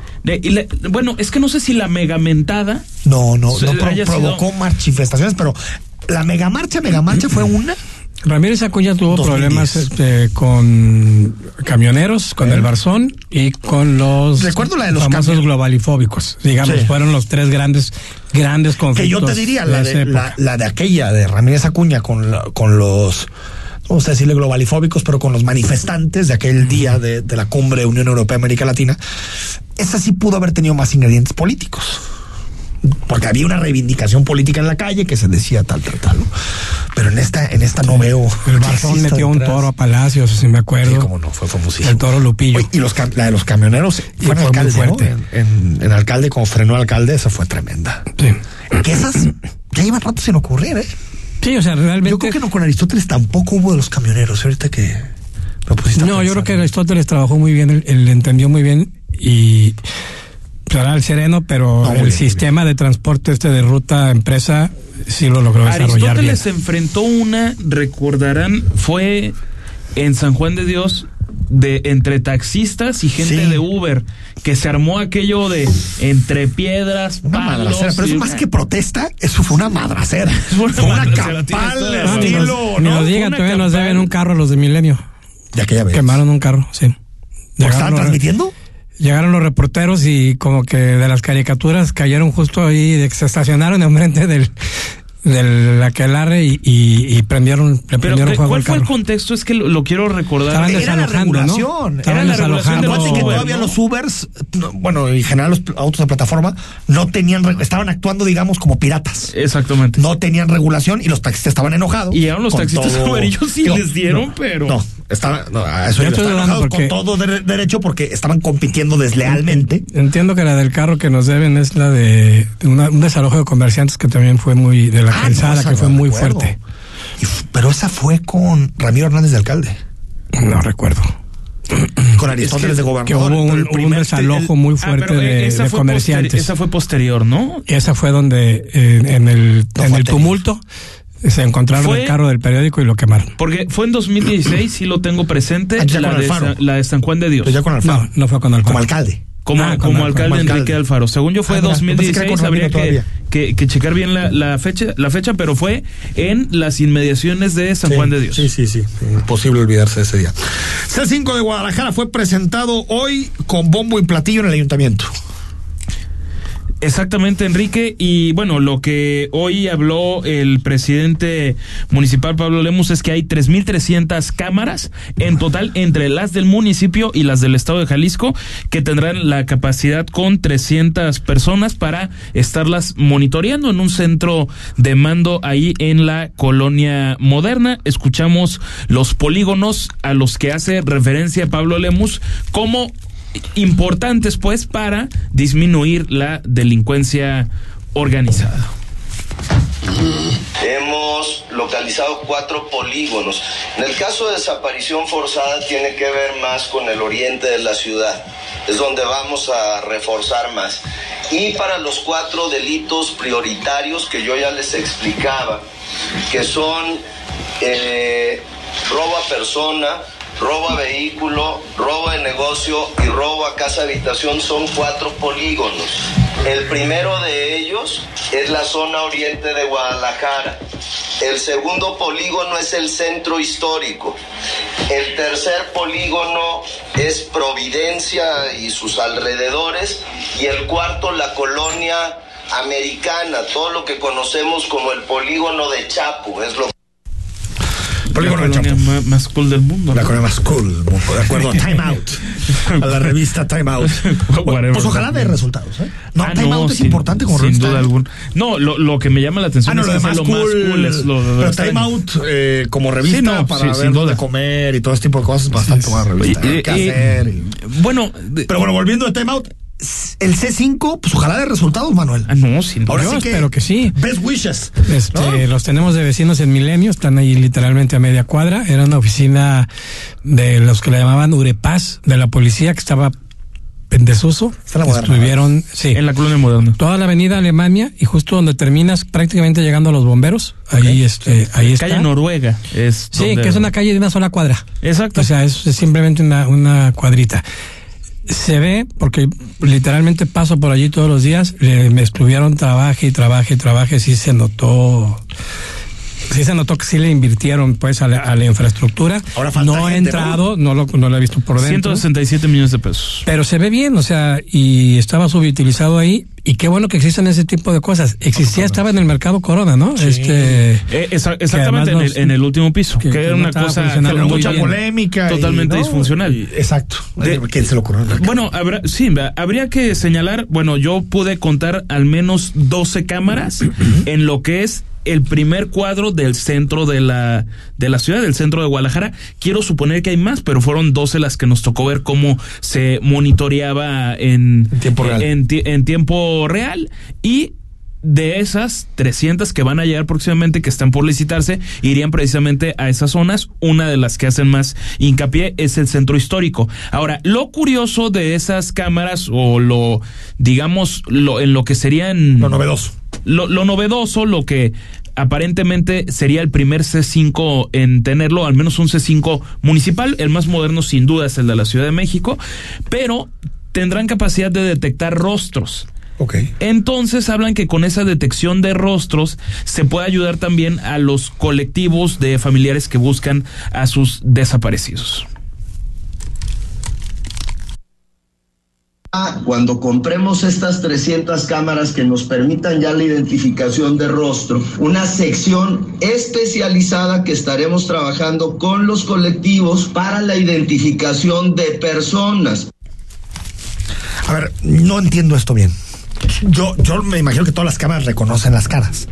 Bueno, es que no sé si la megamentada. No provocó manifestaciones, pero la megamarcha fue una. Ramírez Acuña tuvo 2010. problemas con camioneros, con el Barzón y con los famosos globalifóbicos. Digamos, fueron los 3 grandes conflictos. Que yo te diría, la de aquella de Ramírez Acuña con los, vamos a decirle globalifóbicos, pero con los manifestantes de aquel día de la cumbre Unión Europea América Latina, esa sí pudo haber tenido más ingredientes políticos. Porque había una reivindicación política en la calle que se decía tal, ¿no? Pero en esta no veo. El Barzón metió un toro a Palacios, si me acuerdo. Sí, cómo no, fue famosísimo. El toro Lupillo. Oye, y la de los camioneros fue en alcalde, muy fuerte. ¿No? En alcalde, como frenó al alcalde, esa fue tremenda. Sí. Que esas ya llevan rato sin ocurrir, ¿eh? Sí, o sea, realmente. Yo creo que no, con Aristóteles tampoco hubo de los camioneros, ahorita que lo pusiste. No, yo creo que Aristóteles trabajó muy bien, él entendió muy bien y. Era el sereno, pero el sistema de transporte de ruta empresa sí lo logró desarrollar bien. Aristóteles se enfrentó recordarán, fue en San Juan de Dios, entre taxistas y gente de Uber, que se armó aquello de entre piedras, una madracera, pero eso más que protesta, eso fue una madracera. Fue una campal estilo, ni lo digan, todavía nos deben un carro los de Milenio. De aquella vez. Quemaron un carro, sí. ¿Estaban transmitiendo? Llegaron los reporteros y como que de las caricaturas cayeron justo ahí, de que se estacionaron enfrente del aquelarre y prendieron fuego al carro. ¿Cuál fue el contexto? Es que lo quiero recordar. Estaban desalojando, era la regulación, ¿no? Era la regulación. Aparte que todavía los Ubers, bueno, y en general los autos de plataforma, no tenían, estaban actuando, digamos, como piratas. Exactamente. No tenían regulación y los taxistas estaban enojados. Y llegaron los taxistas amarillos y les dieron, pero... Estaban enojados con todo derecho porque estaban compitiendo deslealmente. Entiendo que la del carro que nos deben es la de un desalojo de comerciantes que también fue muy de la calzada, que fue muy fuerte. Pero esa fue con Ramiro Hernández de alcalde. No recuerdo. Con Aristóteles de gobernador. Que hubo un desalojo muy fuerte de comerciantes. Esa fue posterior, ¿no? Esa fue donde en el tumulto se encontraron el carro del periódico y lo quemaron. Porque fue en 2016, sí lo tengo presente, la de San Juan de Dios. Pero ya con Alfaro. No fue con Alfaro. Como alcalde. Como alcalde Enrique Alfaro. Según yo fue 2016, habría que checar bien la fecha, pero fue en las inmediaciones de San Juan de Dios. Sí. Imposible olvidarse de ese día. C5 de Guadalajara fue presentado hoy con bombo y platillo en el ayuntamiento. Exactamente, Enrique, y bueno, lo que hoy habló el presidente municipal Pablo Lemus es que hay 3,300 cámaras en total entre las del municipio y las del estado de Jalisco, que tendrán la capacidad con 300 personas para estarlas monitoreando en un centro de mando ahí en la colonia Moderna. Escuchamos los polígonos a los que hace referencia Pablo Lemus como importantes pues para disminuir la delincuencia organizada. Hemos localizado 4 polígonos. En el caso de desaparición forzada tiene que ver más con el oriente de la ciudad, es donde vamos a reforzar más. Y para los 4 delitos prioritarios que yo ya les explicaba, que son robo a persona, robo a vehículo, robo de negocio y robo a casa habitación, son 4 polígonos. El primero de ellos es la zona oriente de Guadalajara. El segundo polígono es el centro histórico. El tercer polígono es Providencia y sus alrededores. Y el cuarto, la colonia americana, todo lo que conocemos como el polígono de Chapo, es lo polígono la colonia más cool del mundo. La colonia más cool del mundo, de acuerdo a Time Out, a la revista Time Out. Pues ojalá dé resultados, ¿eh? Time Out es importante como revista. Sin duda alguna. No, lo que me llama la atención es lo más cool es lo de pero Time Out como revista para ver dónde comer y todo este tipo de cosas, bastante buena revista. Bueno, pero bueno, volviendo a Time Out, el C5, pues ojalá de resultados, Manuel. No, sin duda. Ahora sí espero que sí. Best wishes. ¿No? Los tenemos de vecinos en Milenio, están ahí literalmente a media cuadra. Era una oficina de los que le llamaban Urepaz, de la policía, que estaba en desuso. Está la Moderna. Estuvieron, sí, en la colonia Moderna. toda la avenida Alemania, y justo donde terminas, prácticamente llegando a los bomberos, ahí ahí está. Calle Noruega. Sí, que es una calle de una sola cuadra. Exacto. O sea, es simplemente una cuadrita. Se ve, porque literalmente paso por allí todos los días, me estuvieron trabaje, sí se notó que sí le invirtieron pues a la infraestructura. Ahora falta no gente, he entrado, no lo he visto por dentro. 167 millones de pesos. Pero se ve bien, o sea, y estaba subutilizado ahí, y qué bueno que existen ese tipo de cosas. Estaba en el mercado Corona, ¿no? Sí. Exactamente, en el último piso, que era una cosa con muy mucha bien, polémica. totalmente disfuncional. Exacto. ¿Quién se lo ocurrió? Bueno, habría que señalar, yo pude contar al menos 12 cámaras en lo que es el primer cuadro del centro de la ciudad, del centro de Guadalajara. Quiero suponer que hay más, pero fueron 12 las que nos tocó ver cómo se monitoreaba en tiempo real. Y de esas 300 que van a llegar próximamente, que están por licitarse, irían precisamente a esas zonas. Una de las que hacen más hincapié es el centro histórico. Ahora, lo curioso de esas cámaras, o en lo que serían lo novedoso. Lo novedoso, lo que aparentemente sería el primer C5 en tenerlo, al menos un C5 municipal. El más moderno sin duda es el de la Ciudad de México, pero tendrán capacidad de detectar rostros. Okay. Entonces hablan que con esa detección de rostros se puede ayudar también a los colectivos de familiares que buscan a sus desaparecidos. Cuando compremos estas 300 cámaras que nos permitan ya la identificación de rostro, una sección especializada que estaremos trabajando con los colectivos para la identificación de personas. A ver, no entiendo esto bien. Yo me imagino que todas las cámaras reconocen las caras.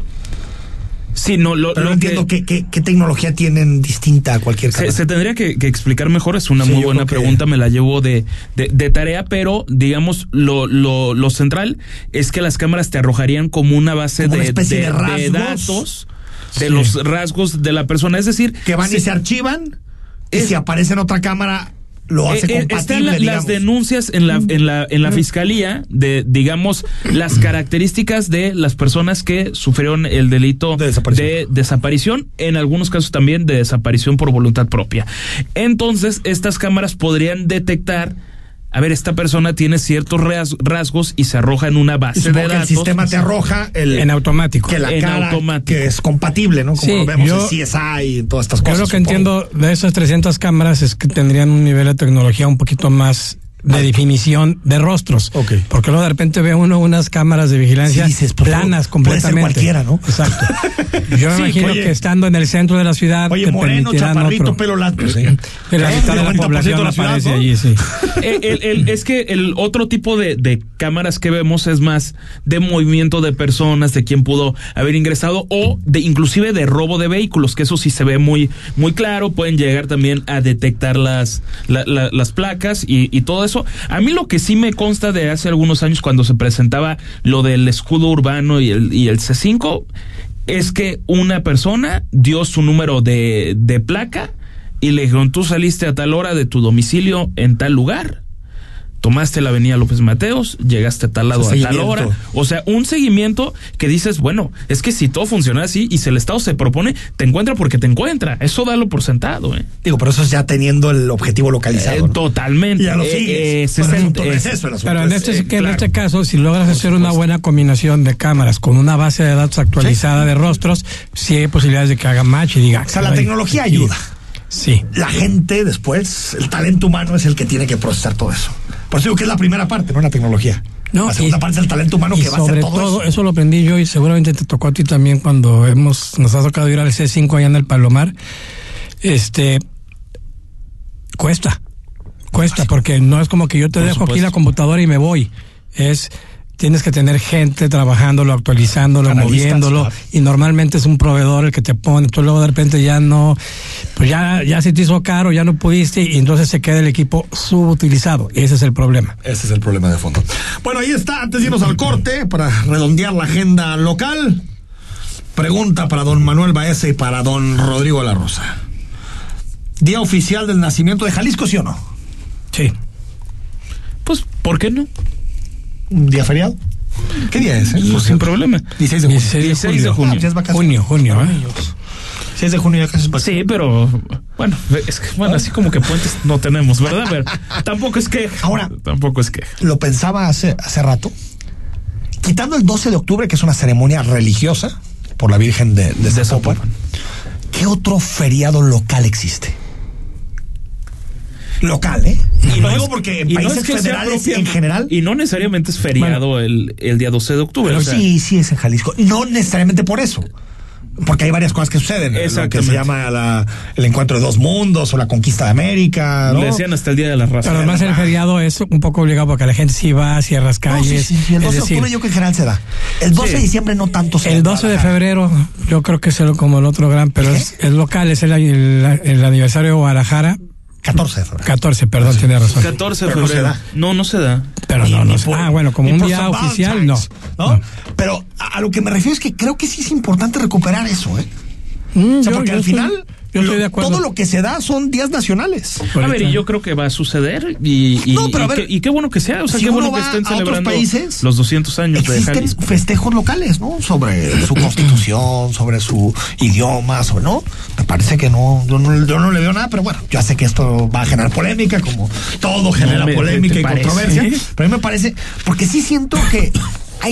Sí, pero no entiendo qué tecnología tienen distinta a cualquier cámara. Se tendría que explicar mejor, es una muy buena pregunta, me la llevo de tarea, pero digamos lo central es que las cámaras te arrojarían como una base de datos de los rasgos de la persona, es decir, que van y se archivan, y si aparece en otra cámara lo hace compatible. Están las denuncias en la fiscalía de, digamos, las características de las personas que sufrieron el delito de desaparición, en algunos casos también de desaparición por voluntad propia. Entonces, estas cámaras podrían detectar, a ver, esta persona tiene ciertos rasgos, y se arroja en una base de datos. El sistema te arroja en automático. Que la cara que es compatible, ¿no? Como lo vemos en CSI y todas estas cosas. Yo lo que entiendo de esas 300 cámaras es que tendrían un nivel de tecnología un poquito más de definición de rostros. Okay. Porque luego de repente ve uno unas cámaras de vigilancia planas completamente. Puede ser cualquiera, ¿no? Exacto. Yo me imagino que estando en el centro de la ciudad, oye, moreno, chaparrito, pelo largo. Sí. La mitad de la población aparece allí, sí. Es que el otro tipo de cámaras que vemos es más de movimiento de personas, de quién pudo haber ingresado, o de inclusive de robo de vehículos, que eso sí se ve muy, muy claro. Pueden llegar también a detectar las placas y todo eso. A mí lo que sí me consta de hace algunos años, cuando se presentaba lo del escudo urbano y el C5, es que una persona dio su número de placa y le dijeron: tú saliste a tal hora de tu domicilio en tal lugar, tomaste la avenida López Mateos, llegaste a tal lado a tal hora. O sea, un seguimiento que dices, bueno, es que si todo funciona así y si el Estado se propone, te encuentra porque te encuentra. Eso dalo por sentado, Digo, pero eso es ya teniendo el objetivo localizado, ¿no? Totalmente. Ya lo sigues. Pero en este caso, si logras hacer una buena combinación de cámaras con una base de datos actualizada de rostros, sí hay posibilidades de que haga match y diga. O sea, la tecnología ayuda. Sí. La gente después, el talento humano es el que tiene que procesar todo eso. Por eso digo que es la primera parte, no la tecnología. No, la segunda parte es el talento humano que va a hacer todo eso. Eso lo aprendí yo, y seguramente te tocó a ti también cuando nos ha tocado ir al C5 allá en el Palomar. Cuesta, porque no es como que yo te dejo aquí la computadora y me voy. Es tienes que tener gente trabajándolo, actualizándolo, moviéndolo, claro. Y normalmente es un proveedor el que te pone, tú luego de repente ya no, pues ya se te hizo caro, ya no pudiste, y entonces se queda el equipo subutilizado. Ese es el problema. Ese es el problema de fondo. Bueno, ahí está, antes de irnos al corte, para redondear la agenda local, pregunta para don Manuel Baeza y para don Rodrigo La Rosa. ¿Día oficial del nacimiento de Jalisco, sí o no? Sí. Pues, ¿por qué no? ¿Un día feriado? ¿Qué día es? Pues sin problema. 16 de junio. 16 de junio. Ah, ya es junio. 6 de junio ya casi es vacaciones. Sí, pero bueno, es que, bueno, así como que puentes no tenemos, ¿verdad? Pero tampoco es que. Ahora, tampoco es que. Lo pensaba hace rato. Quitando el 12 de octubre, que es una ceremonia religiosa por la Virgen de Zapopan, ¿qué otro feriado local existe? Local, ¿eh? Y lo digo porque en países federales en general. Y no necesariamente es feriado el día 12 de octubre. Pero sí es en Jalisco. No necesariamente por eso. Porque hay varias cosas que suceden. Lo que se llama el encuentro de dos mundos o la conquista de América, ¿no? Le decían hasta el Día de la Raza. Pero además el feriado es un poco obligado porque la gente sí va, cierras calles. No, sí. El 12 de octubre yo creo que en general se da. El 12 de diciembre no tanto se da. El 12 de febrero yo creo que es como el otro gran, pero es local, es el aniversario de Guadalajara. 14 de febrero. 14, perdón, tiene razón. 14 de febrero. No se da. Pero no se da. Bueno, como un día oficial, no. Pero a lo que me refiero es que creo que sí es importante recuperar eso, ¿eh? Porque al final yo estoy de acuerdo. Todo lo que se da son días nacionales. A ver, y yo creo que va a suceder y qué bueno que sea, o sea, si qué bueno que estén celebrando países, los 200 años de Jalisco. Existen festejos locales, ¿no? Sobre su constitución, sobre su idioma, ¿no? Me parece que yo no le veo nada, pero bueno, yo sé que esto va a generar polémica, como todo genera polémica y controversia, pero a mí me parece, porque sí siento que hay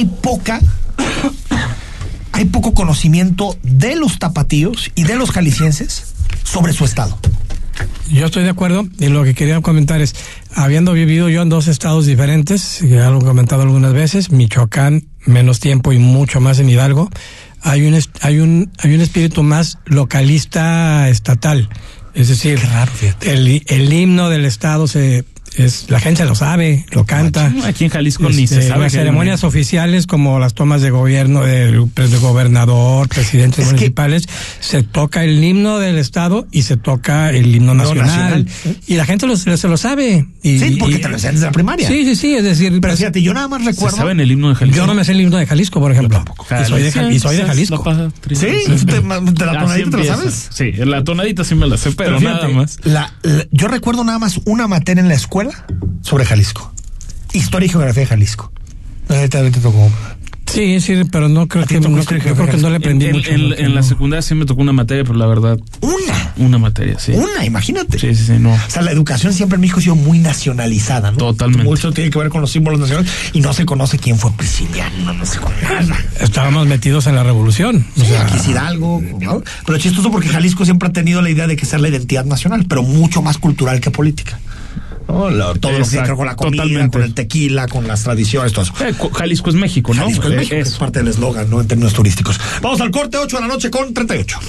poco conocimiento de los tapatíos y de los jaliscienses sobre su estado. Yo estoy de acuerdo, y lo que quería comentar es, habiendo vivido yo en 2 estados diferentes, ya lo he comentado algunas veces, Michoacán, menos tiempo y mucho más en Hidalgo, hay un espíritu más localista estatal. Es decir, el himno del estado la gente lo sabe, lo canta. Aquí en Jalisco ni se sabe. Las ceremonias oficiales como las tomas de gobierno del gobernador, presidentes municipales, se toca el himno del estado y se toca el himno nacional. Y la gente se lo sabe. Porque te lo enseñan desde la primaria. Sí, es decir. Pero fíjate, yo nada más recuerdo. ¿Se saben el himno de Jalisco? Yo no me sé el himno de Jalisco, por ejemplo. Y soy de Jalisco. Sí, ¿de la tonadita te lo sabes? Sí, la tonadita sí me la sé, pero nada más. Yo recuerdo nada más una materia en la escuela sobre Jalisco. Historia y geografía de Jalisco. Te tocó. Sí, pero no creo que no le aprendí mucho. En la secundaria sí me tocó una materia, pero la verdad. Una materia, sí. Imagínate. Sí, no. O sea, la educación siempre en México ha sido muy nacionalizada, ¿no? Totalmente. Mucho tiene que ver con los símbolos nacionales y no se conoce quién fue Prisciliano, no se conoce nada. Estábamos metidos en la revolución. Aquí es Hidalgo, ¿no? Pero chistoso porque Jalisco siempre ha tenido la idea de que ser la identidad nacional, pero mucho más cultural que política. ¿No? Todo lo que tiene que ver con la comida, totalmente. Con el tequila, con las tradiciones, todo eso. Jalisco es México, ¿no? Jalisco es México, es parte del eslogan, ¿no? En términos turísticos. Vamos al corte, 8:38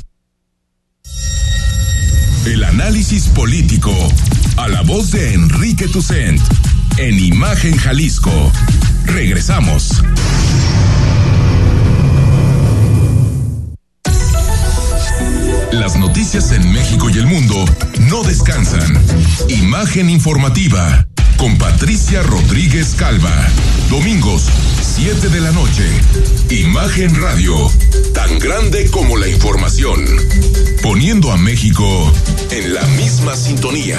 p.m. El análisis político a la voz de Enrique Tucent en Imagen Jalisco. Regresamos. Las noticias en México y el mundo no descansan. Imagen informativa con Patricia Rodríguez Calva. Domingos, 7 de la noche. Imagen Radio, tan grande como la información. Poniendo a México en la misma sintonía.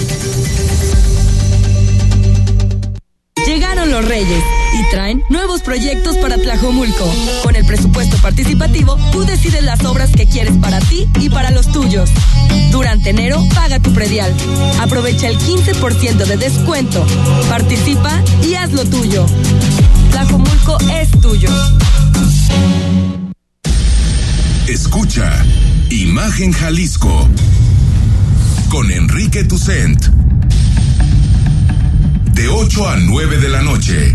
Llegaron los Reyes y traen nuevos proyectos para Tlajomulco. Con el presupuesto participativo, tú decides las obras que quieres para ti y para los tuyos. Durante enero, paga tu predial. Aprovecha el 15% de descuento. Participa y haz lo tuyo. Tlajomulco es tuyo. Escucha Imagen Jalisco con Enrique Tucent. De 8 a 9 de la noche,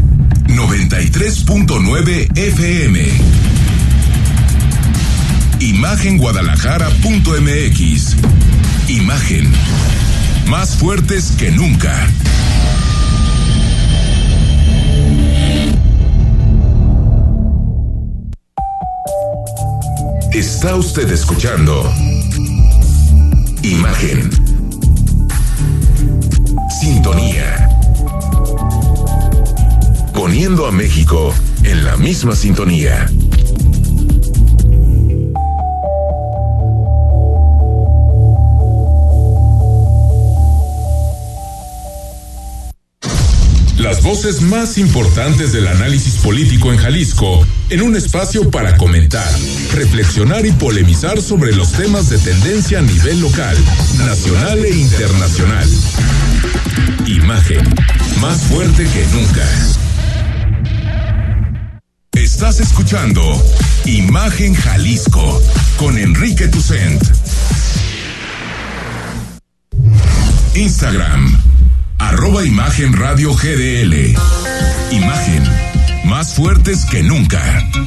93.9 FM. Imagenguadalajara.mx. Imagen. Más fuertes que nunca. Está usted escuchando Imagen. Sintonía. Poniendo a México en la misma sintonía. Las voces más importantes del análisis político en Jalisco, en un espacio para comentar, reflexionar y polemizar sobre los temas de tendencia a nivel local, nacional e internacional. Imagen, más fuerte que nunca. Estás escuchando Imagen Jalisco con Enrique Tucent. Instagram, @Imagen Radio GDL. Imagen, más fuertes que nunca.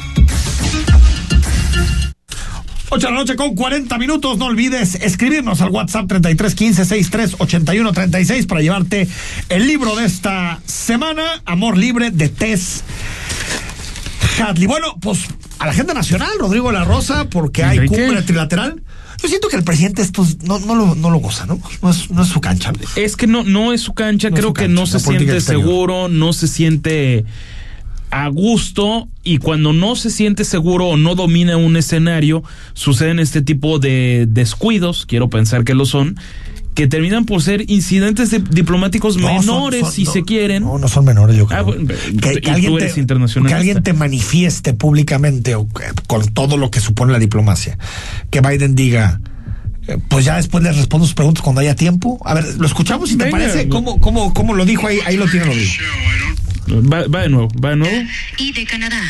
8 de la noche con 40 minutos. No olvides escribirnos al WhatsApp 3315-638136 para llevarte el libro de esta semana, Amor Libre, de Tess Hadley. Bueno, pues a la agenda nacional, Rodrigo La Rosa, porque hay cumbre trilateral. Yo siento que el presidente esto no lo goza, ¿no? No es su cancha. Es que no es su cancha, creo que no se siente seguro, no se siente a gusto, y cuando no se siente seguro o no domina un escenario, suceden este tipo de descuidos, quiero pensar que lo son, que terminan por ser incidentes diplomáticos menores, si se quieren. No son menores, yo creo. Bueno, que alguien tú eres internacionalista. Que alguien te manifieste públicamente, con todo lo que supone la diplomacia, que Biden diga, pues ya después les respondo sus preguntas cuando haya tiempo. A ver, lo escuchamos, si te parece, cómo lo dijo, ahí lo tiene Rodrigo. Va de nuevo. Y de Canadá.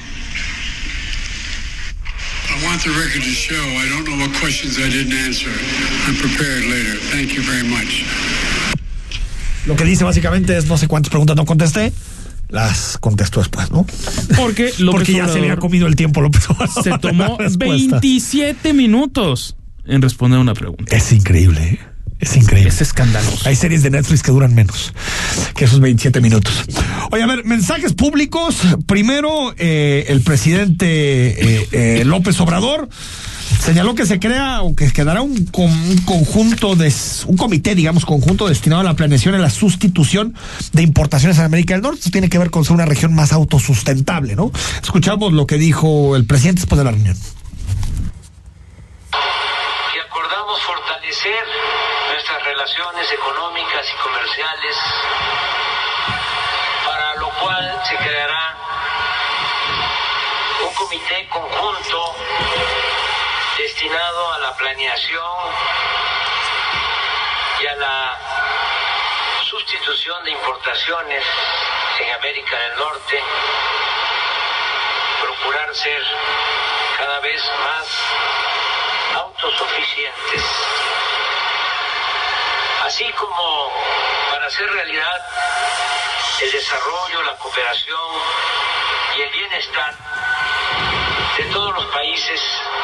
I want the record to show I don't know what questions I didn't answer. I'm prepared later. Thank you very much. Lo que dice básicamente es: no sé cuántas preguntas no contesté, las contesto después, ¿no? Porque ya se había comido el tiempo López Obrador. Se tomó 27 minutos en responder una pregunta. Es increíble, ¿eh? Es increíble. Es escandaloso. Hay series de Netflix que duran menos que esos 27 minutos. Oye, a ver, mensajes públicos. Primero, el presidente López Obrador señaló que se crea o que quedará un comité, digamos, conjunto destinado a la planeación y la sustitución de importaciones en América del Norte. Esto tiene que ver con ser una región más autosustentable, ¿no? Escuchamos lo que dijo el presidente después de la reunión. Y acordamos fortalecer nuestras relaciones económicas y comerciales, para lo cual se creará un comité conjunto destinado a la planeación y a la sustitución de importaciones en América del Norte, procurar ser cada vez más autosuficientes, así como para hacer realidad el desarrollo, la cooperación y el bienestar de todos los países.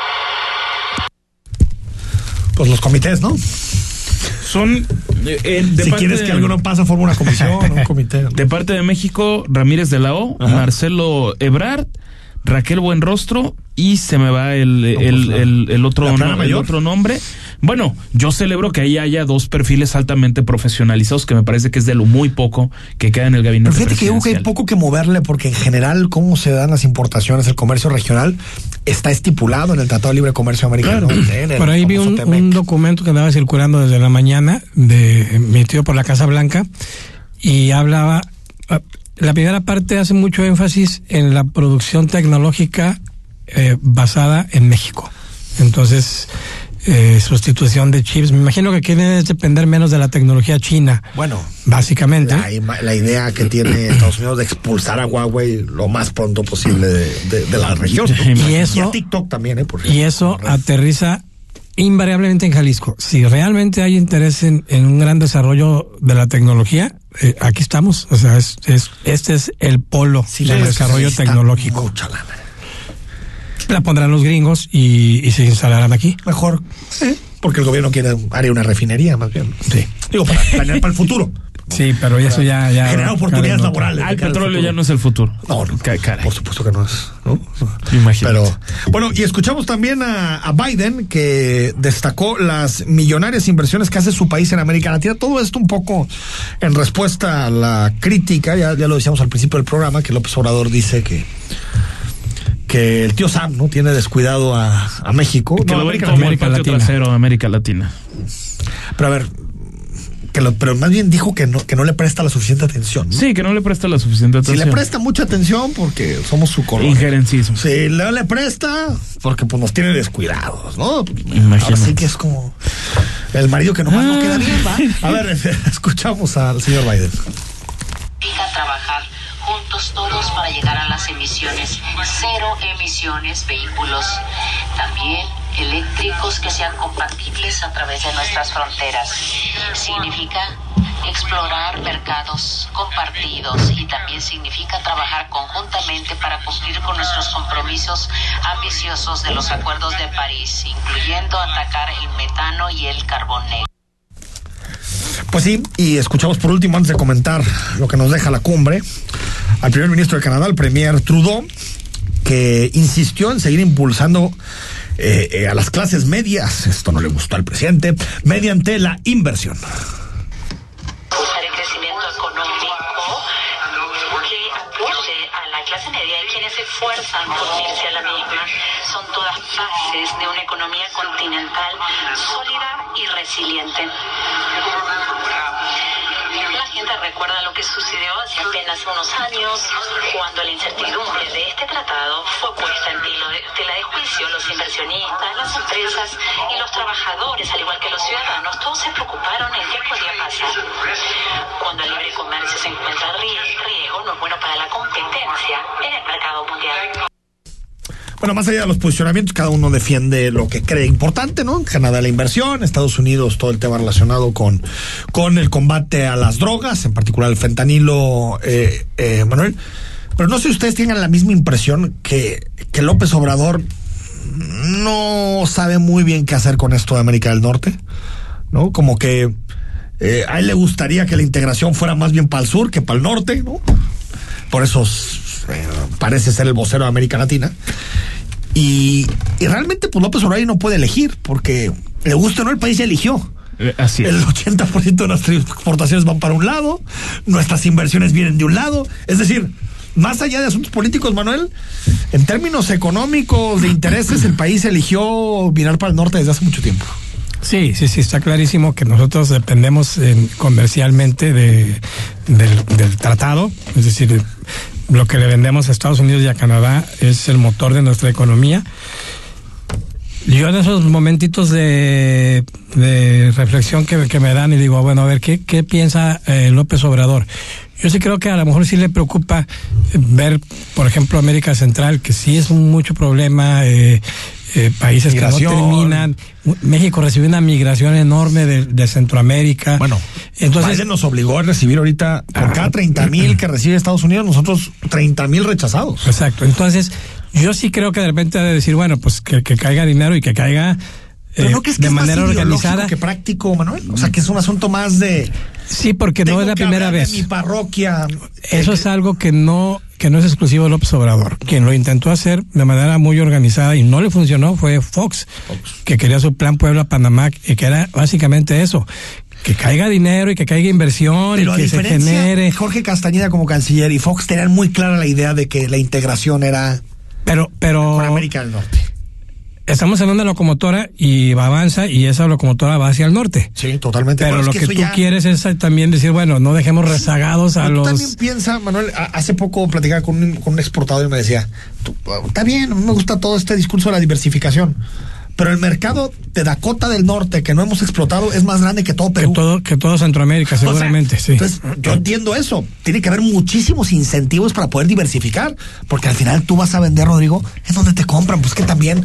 Pues los comités, ¿no? Son si quieres que alguno pase, forma una comisión, un comité, ¿no? De parte de México, Ramírez de la O, Marcelo Ebrard, Raquel Buenrostro, y se me va el otro nombre. Bueno, yo celebro que ahí haya dos perfiles altamente profesionalizados, que me parece que es de lo muy poco que queda en el gabinete presidencial. Pero fíjate que yo creo que hay poco que moverle, porque en general cómo se dan las importaciones, el comercio regional está estipulado en el Tratado de Libre Comercio Americano. Claro. Por ahí vi un documento que andaba circulando desde la mañana, emitido por la Casa Blanca, y hablaba... La primera parte hace mucho énfasis en la producción tecnológica basada en México. Entonces, sustitución de chips. Me imagino que quieren depender menos de la tecnología china. Bueno, básicamente. La idea que tiene Estados Unidos de expulsar a Huawei lo más pronto posible de la región, ¿no? Y a TikTok también, por ejemplo. Y eso aterriza invariablemente en Jalisco. Si realmente hay interés en un gran desarrollo de la tecnología, aquí estamos. O sea, este es el polo del desarrollo tecnológico. Mucha lana. La pondrán los gringos y se instalarán aquí. Mejor, porque el gobierno haría una refinería, más bien. Sí. Digo, para planear para el futuro. Sí, pero eso ya generar oportunidades laborales. El petróleo ya no es el futuro. No, por supuesto que no es, ¿no? Imagínate. Pero, bueno, y escuchamos también a Biden, que destacó las millonarias inversiones que hace su país en América Latina. Todo esto un poco en respuesta a la crítica, ya lo decíamos al principio del programa, que López Obrador dice que el tío Sam no tiene descuidado a México. Que no, lo ven como América Latina. Trasero, América Latina. Pero a ver, pero más bien dijo que no le presta la suficiente atención, ¿no? Sí, que no le presta la suficiente atención. Si le presta mucha atención porque somos su colonia. Injerencismo. Si le presta porque pues nos tiene descuidados, ¿no? Imagínate. Así que es como el marido que nomás no queda bien, ¿va? A ver, escuchamos al señor Biden. Trabajar juntos todos para llegar a las emisiones, 0 emisiones vehículos, también eléctricos que sean compatibles a través de nuestras fronteras. Significa explorar mercados compartidos y también significa trabajar conjuntamente para cumplir con nuestros compromisos ambiciosos de los acuerdos de París, incluyendo atacar el metano y el carbón negro. Pues sí, y escuchamos por último, antes de comentar lo que nos deja la cumbre, al primer ministro de Canadá, el premier Trudeau, que insistió en seguir impulsando a las clases medias, esto no le gustó al presidente, mediante la inversión. Buscar el crecimiento económico que apoye a la clase media y quienes se esfuerzan por unirse a la misma. Son todas bases de una economía continental sólida y resiliente. La gente recuerda lo que sucedió hace apenas unos años, cuando la incertidumbre de este tratado fue puesta en tela de juicio. Los inversionistas, las empresas y los trabajadores, al igual que los ciudadanos, todos se preocuparon en qué podía pasar. Cuando el libre comercio se encuentra en riesgo, no es bueno para la competencia en el mercado mundial. Bueno, más allá de los posicionamientos, cada uno defiende lo que cree importante, ¿no? Canadá la inversión, Estados Unidos todo el tema relacionado con el combate a las drogas, en particular el fentanilo, Manuel. Pero no sé si ustedes tengan la misma impresión que López Obrador no sabe muy bien qué hacer con esto de América del Norte, ¿no? Como que a él le gustaría que la integración fuera más bien para el sur que para el norte, ¿no? Por eso parece ser el vocero de América Latina. Y realmente pues López Obrador no puede elegir, porque le gusta o no, el país ya eligió. Así es. El 80% de nuestras exportaciones van para un lado, nuestras inversiones vienen de un lado. Es decir, más allá de asuntos políticos, Manuel, en términos económicos, de intereses, el país eligió virar para el norte desde hace mucho tiempo. Sí, está clarísimo que nosotros dependemos comercialmente del tratado, es decir, lo que le vendemos a Estados Unidos y a Canadá es el motor de nuestra economía. Yo en esos momentitos de reflexión que me dan y digo, bueno, a ver, ¿qué piensa López Obrador? Yo sí creo que a lo mejor sí le preocupa ver, por ejemplo, América Central, que sí es mucho problema, países migración. Que no terminan. México recibió una migración enorme de Centroamérica. Bueno, entonces Biden nos obligó a recibir ahorita, por cada 30,000 que recibe Estados Unidos, nosotros 30,000 rechazados. Exacto. Entonces, yo sí creo que de repente ha de decir, bueno, pues que caiga dinero y que caiga pero no, que es de manera más organizada. Que práctico, Manuel. O sea, que es un asunto más de. Sí, porque no es la primera vez. Mi parroquia. Eso es algo que no es exclusivo de López Obrador. Quien lo intentó hacer de manera muy organizada y no le funcionó fue Fox. Que quería su plan Puebla-Panamá, y que era básicamente eso. Que caiga dinero y que caiga inversión. Pero y que se genere. Jorge Castañeda como canciller y Fox tenían muy clara la idea de que la integración era. Pero con América del Norte. Estamos en una locomotora y avanza y esa locomotora va hacia el norte. Sí, totalmente. Pero lo que tú quieres es también decir, bueno, no dejemos rezagados a los... Tú también piensa, Manuel, hace poco platicaba con un exportador y me decía, está bien, a mí me gusta todo este discurso de la diversificación, pero el mercado de Dakota del Norte que no hemos explotado es más grande que todo Perú. Que todo Centroamérica, seguramente, sí. Entonces, yo entiendo eso. Tiene que haber muchísimos incentivos para poder diversificar, porque al final tú vas a vender, Rodrigo, es donde te compran. Pues que también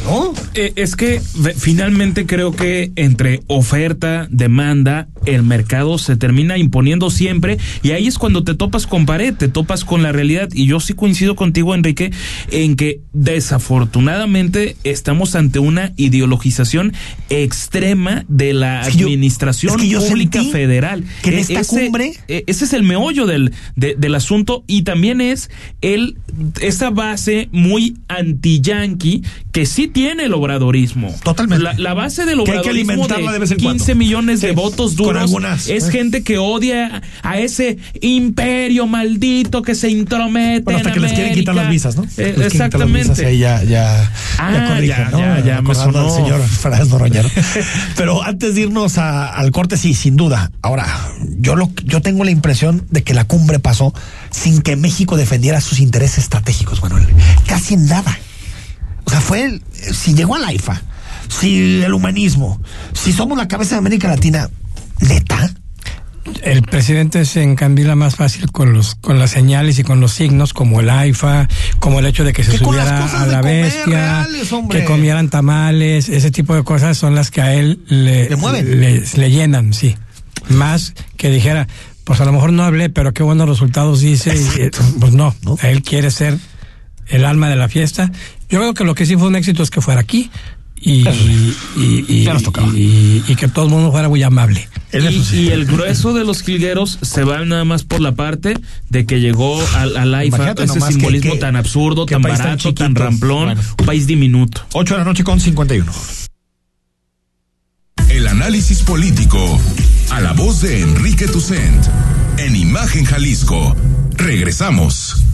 ¿no? Es que finalmente creo que entre oferta, demanda, el mercado se termina imponiendo siempre, y ahí es cuando te topas con pared, te topas con la realidad. Y yo sí coincido contigo, Enrique, en que desafortunadamente estamos ante una ideologización extrema de la administración pública federal. Que en esta cumbre ese es el meollo del asunto, y también es esa base muy anti-yanqui que sí tiene el obradorismo. Totalmente. La base del obradorismo de 15 millones de votos duros es gente que odia a ese imperio maldito que se intromete hasta en que América. les quieren quitar las visas, ¿no? Exactamente. Ahí ya corrigen, ¿no? Ya me sonó. El señor Francisco Roñero. Pero antes de irnos al corte, sí, sin duda. Ahora, yo tengo la impresión de que la cumbre pasó sin que México defendiera sus intereses estratégicos, Manuel. Casi en nada. O sea, si llegó a la AIFA, si el humanismo, si somos la cabeza de América Latina, ¿neta? El presidente se encandila más fácil con las señales y con los signos, como el AIFA, como el hecho de que se subiera a la bestia, reales, que comieran tamales, ese tipo de cosas son las que a él le llenan, sí. Más que dijera, pues a lo mejor no hablé, pero qué buenos resultados hice. Y, pues no, él quiere ser el alma de la fiesta. Yo creo que lo que sí fue un éxito es que fuera aquí y que todo el mundo fuera muy amable. Y el grueso de los jilgueros se van nada más por la parte de que llegó al AIFA, ese simbolismo tan absurdo, tan barato, tan ramplón, un país diminuto. 8:51 p.m. El análisis político a la voz de Enrique Tucent en Imagen Jalisco. Regresamos.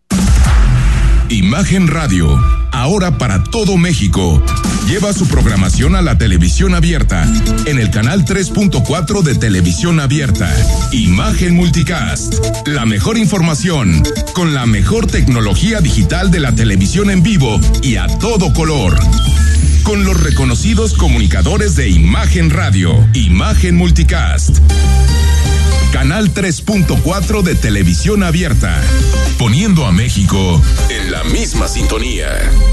Imagen Radio, ahora para todo México, lleva su programación a la televisión abierta en el canal 3.4 de Televisión Abierta. Imagen Multicast, la mejor información con la mejor tecnología digital de la televisión en vivo y a todo color. Con los reconocidos comunicadores de Imagen Radio, Imagen Multicast. Canal 3.4 de Televisión Abierta, poniendo a México en la misma sintonía.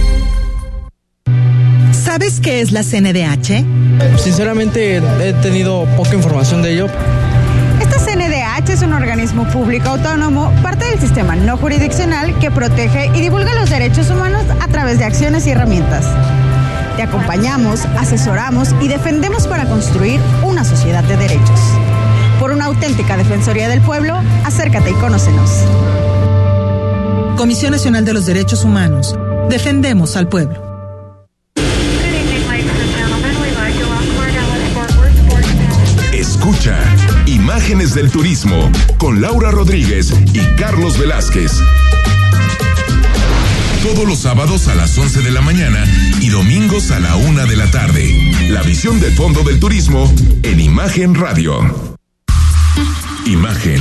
¿Sabes qué es la CNDH? Sinceramente he tenido poca información de ello. Esta CNDH es un organismo público autónomo, parte del sistema no jurisdiccional que protege y divulga los derechos humanos a través de acciones y herramientas. Te acompañamos, asesoramos y defendemos para construir una sociedad de derechos. Por una auténtica Defensoría del Pueblo, acércate y conócenos. Comisión Nacional de los Derechos Humanos. Defendemos al pueblo. Escucha Imágenes del Turismo con Laura Rodríguez y Carlos Velázquez. Todos los sábados a las 11 de la mañana y domingos a la 1 de la tarde. La visión de fondo del turismo en Imagen Radio. Imagen.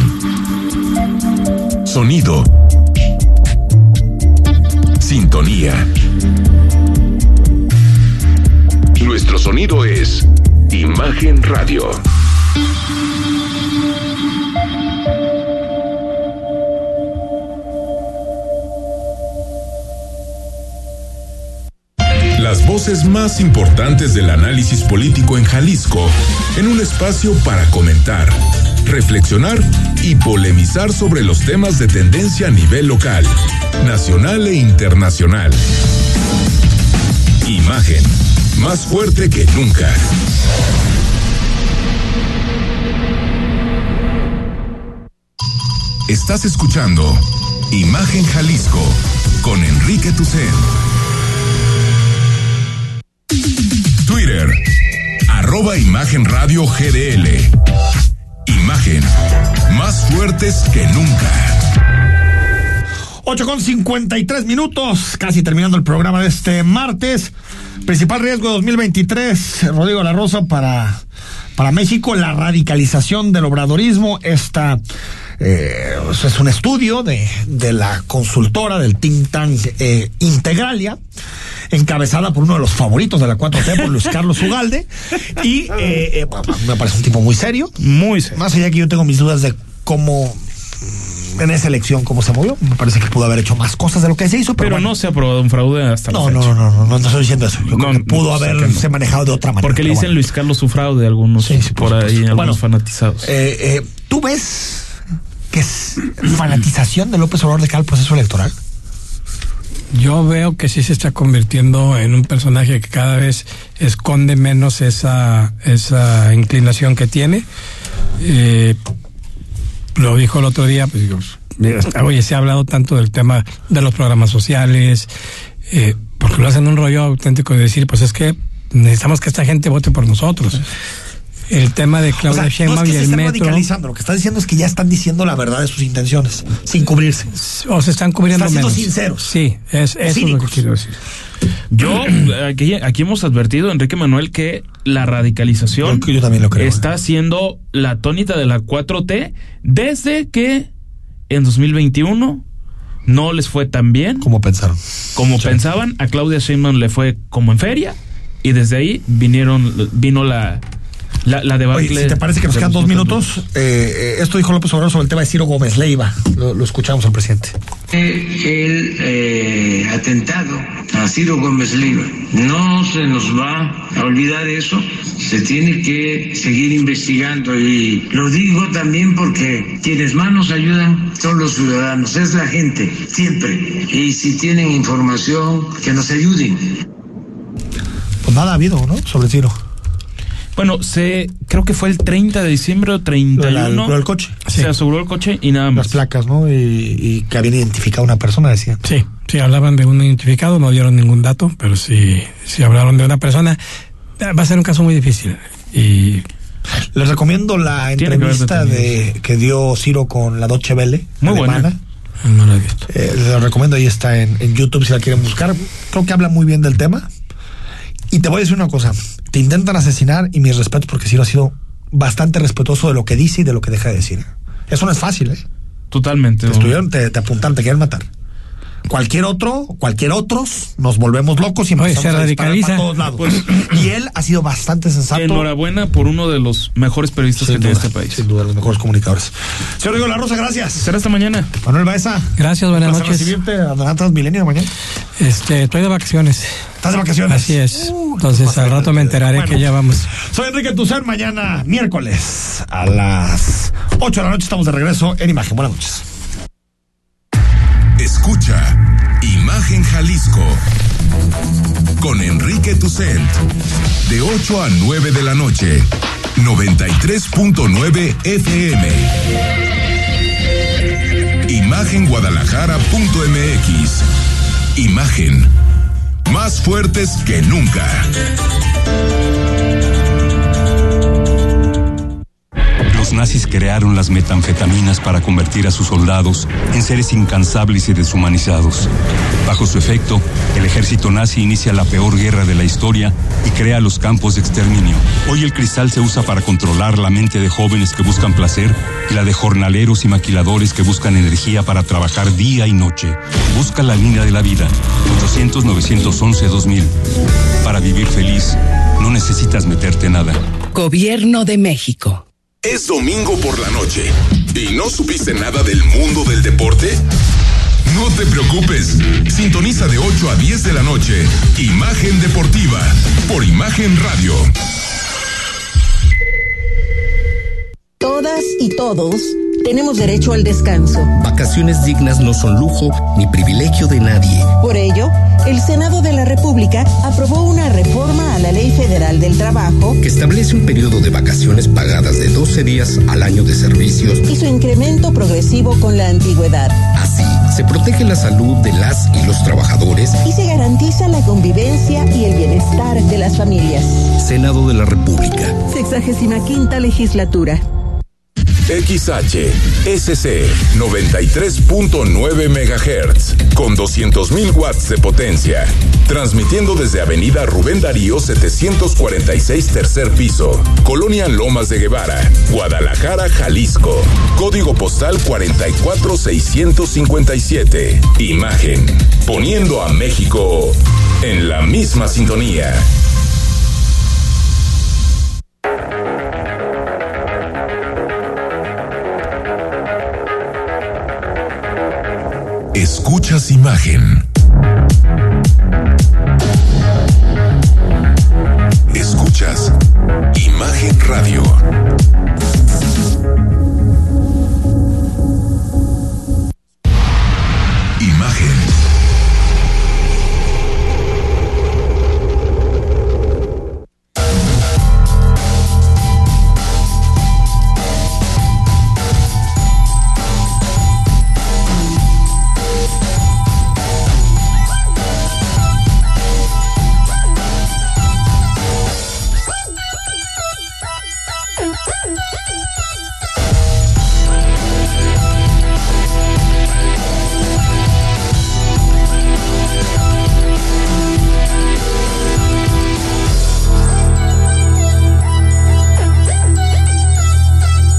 Sonido. Sintonía. Nuestro sonido es Imagen Radio. Las voces más importantes del análisis político en Jalisco, en un espacio para comentar, reflexionar y polemizar sobre los temas de tendencia a nivel local, nacional e internacional. Imagen, más fuerte que nunca. Estás escuchando Imagen Jalisco con Enrique Tucent. Twitter, @Imagen Radio GDL. Imagen, más fuertes que nunca. 8:53 p.m, casi terminando el programa de este martes. Principal riesgo de 2023, Rodrigo La Rosa, para México, la radicalización del obradorismo. Esta es un estudio de la consultora del think tank Integralia, encabezada por uno de los favoritos de la 4T, por Luis Carlos Ugalde. Y me parece un tipo muy serio. Muy serio. Más allá que yo tengo mis dudas de cómo en esa elección cómo se movió. Me parece que pudo haber hecho más cosas de lo que se hizo, pero bueno. no se ha aprobado un fraude hasta la fecha. No estoy diciendo eso. Yo creo que pudo haberse manejado de otra manera. Porque le dicen Luis Carlos su fraude, algunos por ahí, algunos fanatizados. ¿Tú ves que es fanatización de López Obrador de cara al proceso electoral? Yo veo que sí se está convirtiendo en un personaje que cada vez esconde menos esa inclinación que tiene. Lo dijo el otro día, pues digo, oye, se ha hablado tanto del tema de los programas sociales, porque lo hacen un rollo auténtico de decir, pues es que necesitamos que esta gente vote por nosotros. El tema de Claudia Sheinbaum y el metro. Radicalizando, lo que está diciendo es que ya están diciendo la verdad de sus intenciones, sin cubrirse. O se están cubriendo menos. Están siendo sinceros. Sí, eso es lo que quiero decir. Yo, aquí hemos advertido, Enrique Manuel, que la radicalización yo también lo creo, está siendo la tónica de la 4T desde que en 2021 no les fue tan bien como pensaron. Pensaban, a Claudia Sheinbaum le fue como en feria, y desde ahí vino la debacle. Oye, si te parece que nos quedan 2 minutos, esto dijo López Obrador sobre el tema de Ciro Gómez Leiva. Lo escuchamos al presidente. El atentado a Ciro Gómez Leiva, no se nos va a olvidar eso. Se tiene que seguir investigando, y lo digo también porque quienes más nos ayudan son los ciudadanos, es la gente, siempre. Y si tienen información, que nos ayuden. Pues nada ha habido, ¿no? Sobre Ciro. Bueno, creo que fue el 30 de diciembre o 31. El coche. Se aseguró el coche y nada más. Las placas, ¿no? Y que habían identificado a una persona, decían. Sí, hablaban de un identificado, no dieron ningún dato, pero sí hablaron de una persona. Va a ser un caso muy difícil. Y les recomiendo la entrevista que dio Ciro con la Deutsche Welle. Muy buena. No la he visto. Les recomiendo, ahí está en YouTube si la quieren buscar. Creo que habla muy bien del tema. Y te voy a decir una cosa, te intentan asesinar y mis respetos, porque Ciro ha sido bastante respetuoso de lo que dice y de lo que deja de decir. Eso no es fácil, Totalmente. Te apuntaron, te quieren matar. Cualquier otros nos volvemos locos y empezamos se radicaliza a todos lados. Y él ha sido bastante sensato. Enhorabuena por uno de los mejores periodistas que tiene este país. Sin duda, los mejores comunicadores. Señor Diego La Rosa, gracias. Será hasta mañana. Manuel Baeza. Gracias, buenas noches. Recibirte a Transmilenio de mañana. Estoy de vacaciones. ¿Estás de vacaciones? Así es. Entonces al rato me enteraré que ya vamos. Soy Enrique Tucen. Mañana miércoles a las 8 de la noche estamos de regreso en Imagen. Buenas noches. Escucha Imagen Jalisco con Enrique Tucent de 8 a 9 de la noche, 93.9 FM. Imagenguadalajara.mx. Imagen, más fuertes que nunca. Los nazis crearon las metanfetaminas para convertir a sus soldados en seres incansables y deshumanizados. Bajo su efecto, el ejército nazi inicia la peor guerra de la historia y crea los campos de exterminio. Hoy el cristal se usa para controlar la mente de jóvenes que buscan placer y la de jornaleros y maquiladores que buscan energía para trabajar día y noche. Busca la línea de la vida, 800-911-2000. Para vivir feliz, no necesitas meterte nada. Gobierno de México. Es domingo por la noche y no supiste nada del mundo del deporte. No te preocupes, sintoniza de 8 a 10 de la noche Imagen Deportiva por Imagen Radio. Todas y todos tenemos derecho al descanso. Vacaciones dignas no son lujo ni privilegio de nadie. Por ello, el Senado de la República aprobó una reforma a la Ley Federal del Trabajo que establece un periodo de vacaciones pagadas de 12 días al año de servicios y su incremento progresivo con la antigüedad. Así, se protege la salud de las y los trabajadores y se garantiza la convivencia y el bienestar de las familias. Senado de la República. 65ª Legislatura. XHSC 93.9 MHz con 200,000 watts de potencia, transmitiendo desde Avenida Rubén Darío 746 tercer piso, Colonia Lomas de Guevara, Guadalajara, Jalisco, código postal 44657. Imagen, poniendo a México en la misma sintonía. Escuchas Imagen. Escuchas Imagen Radio.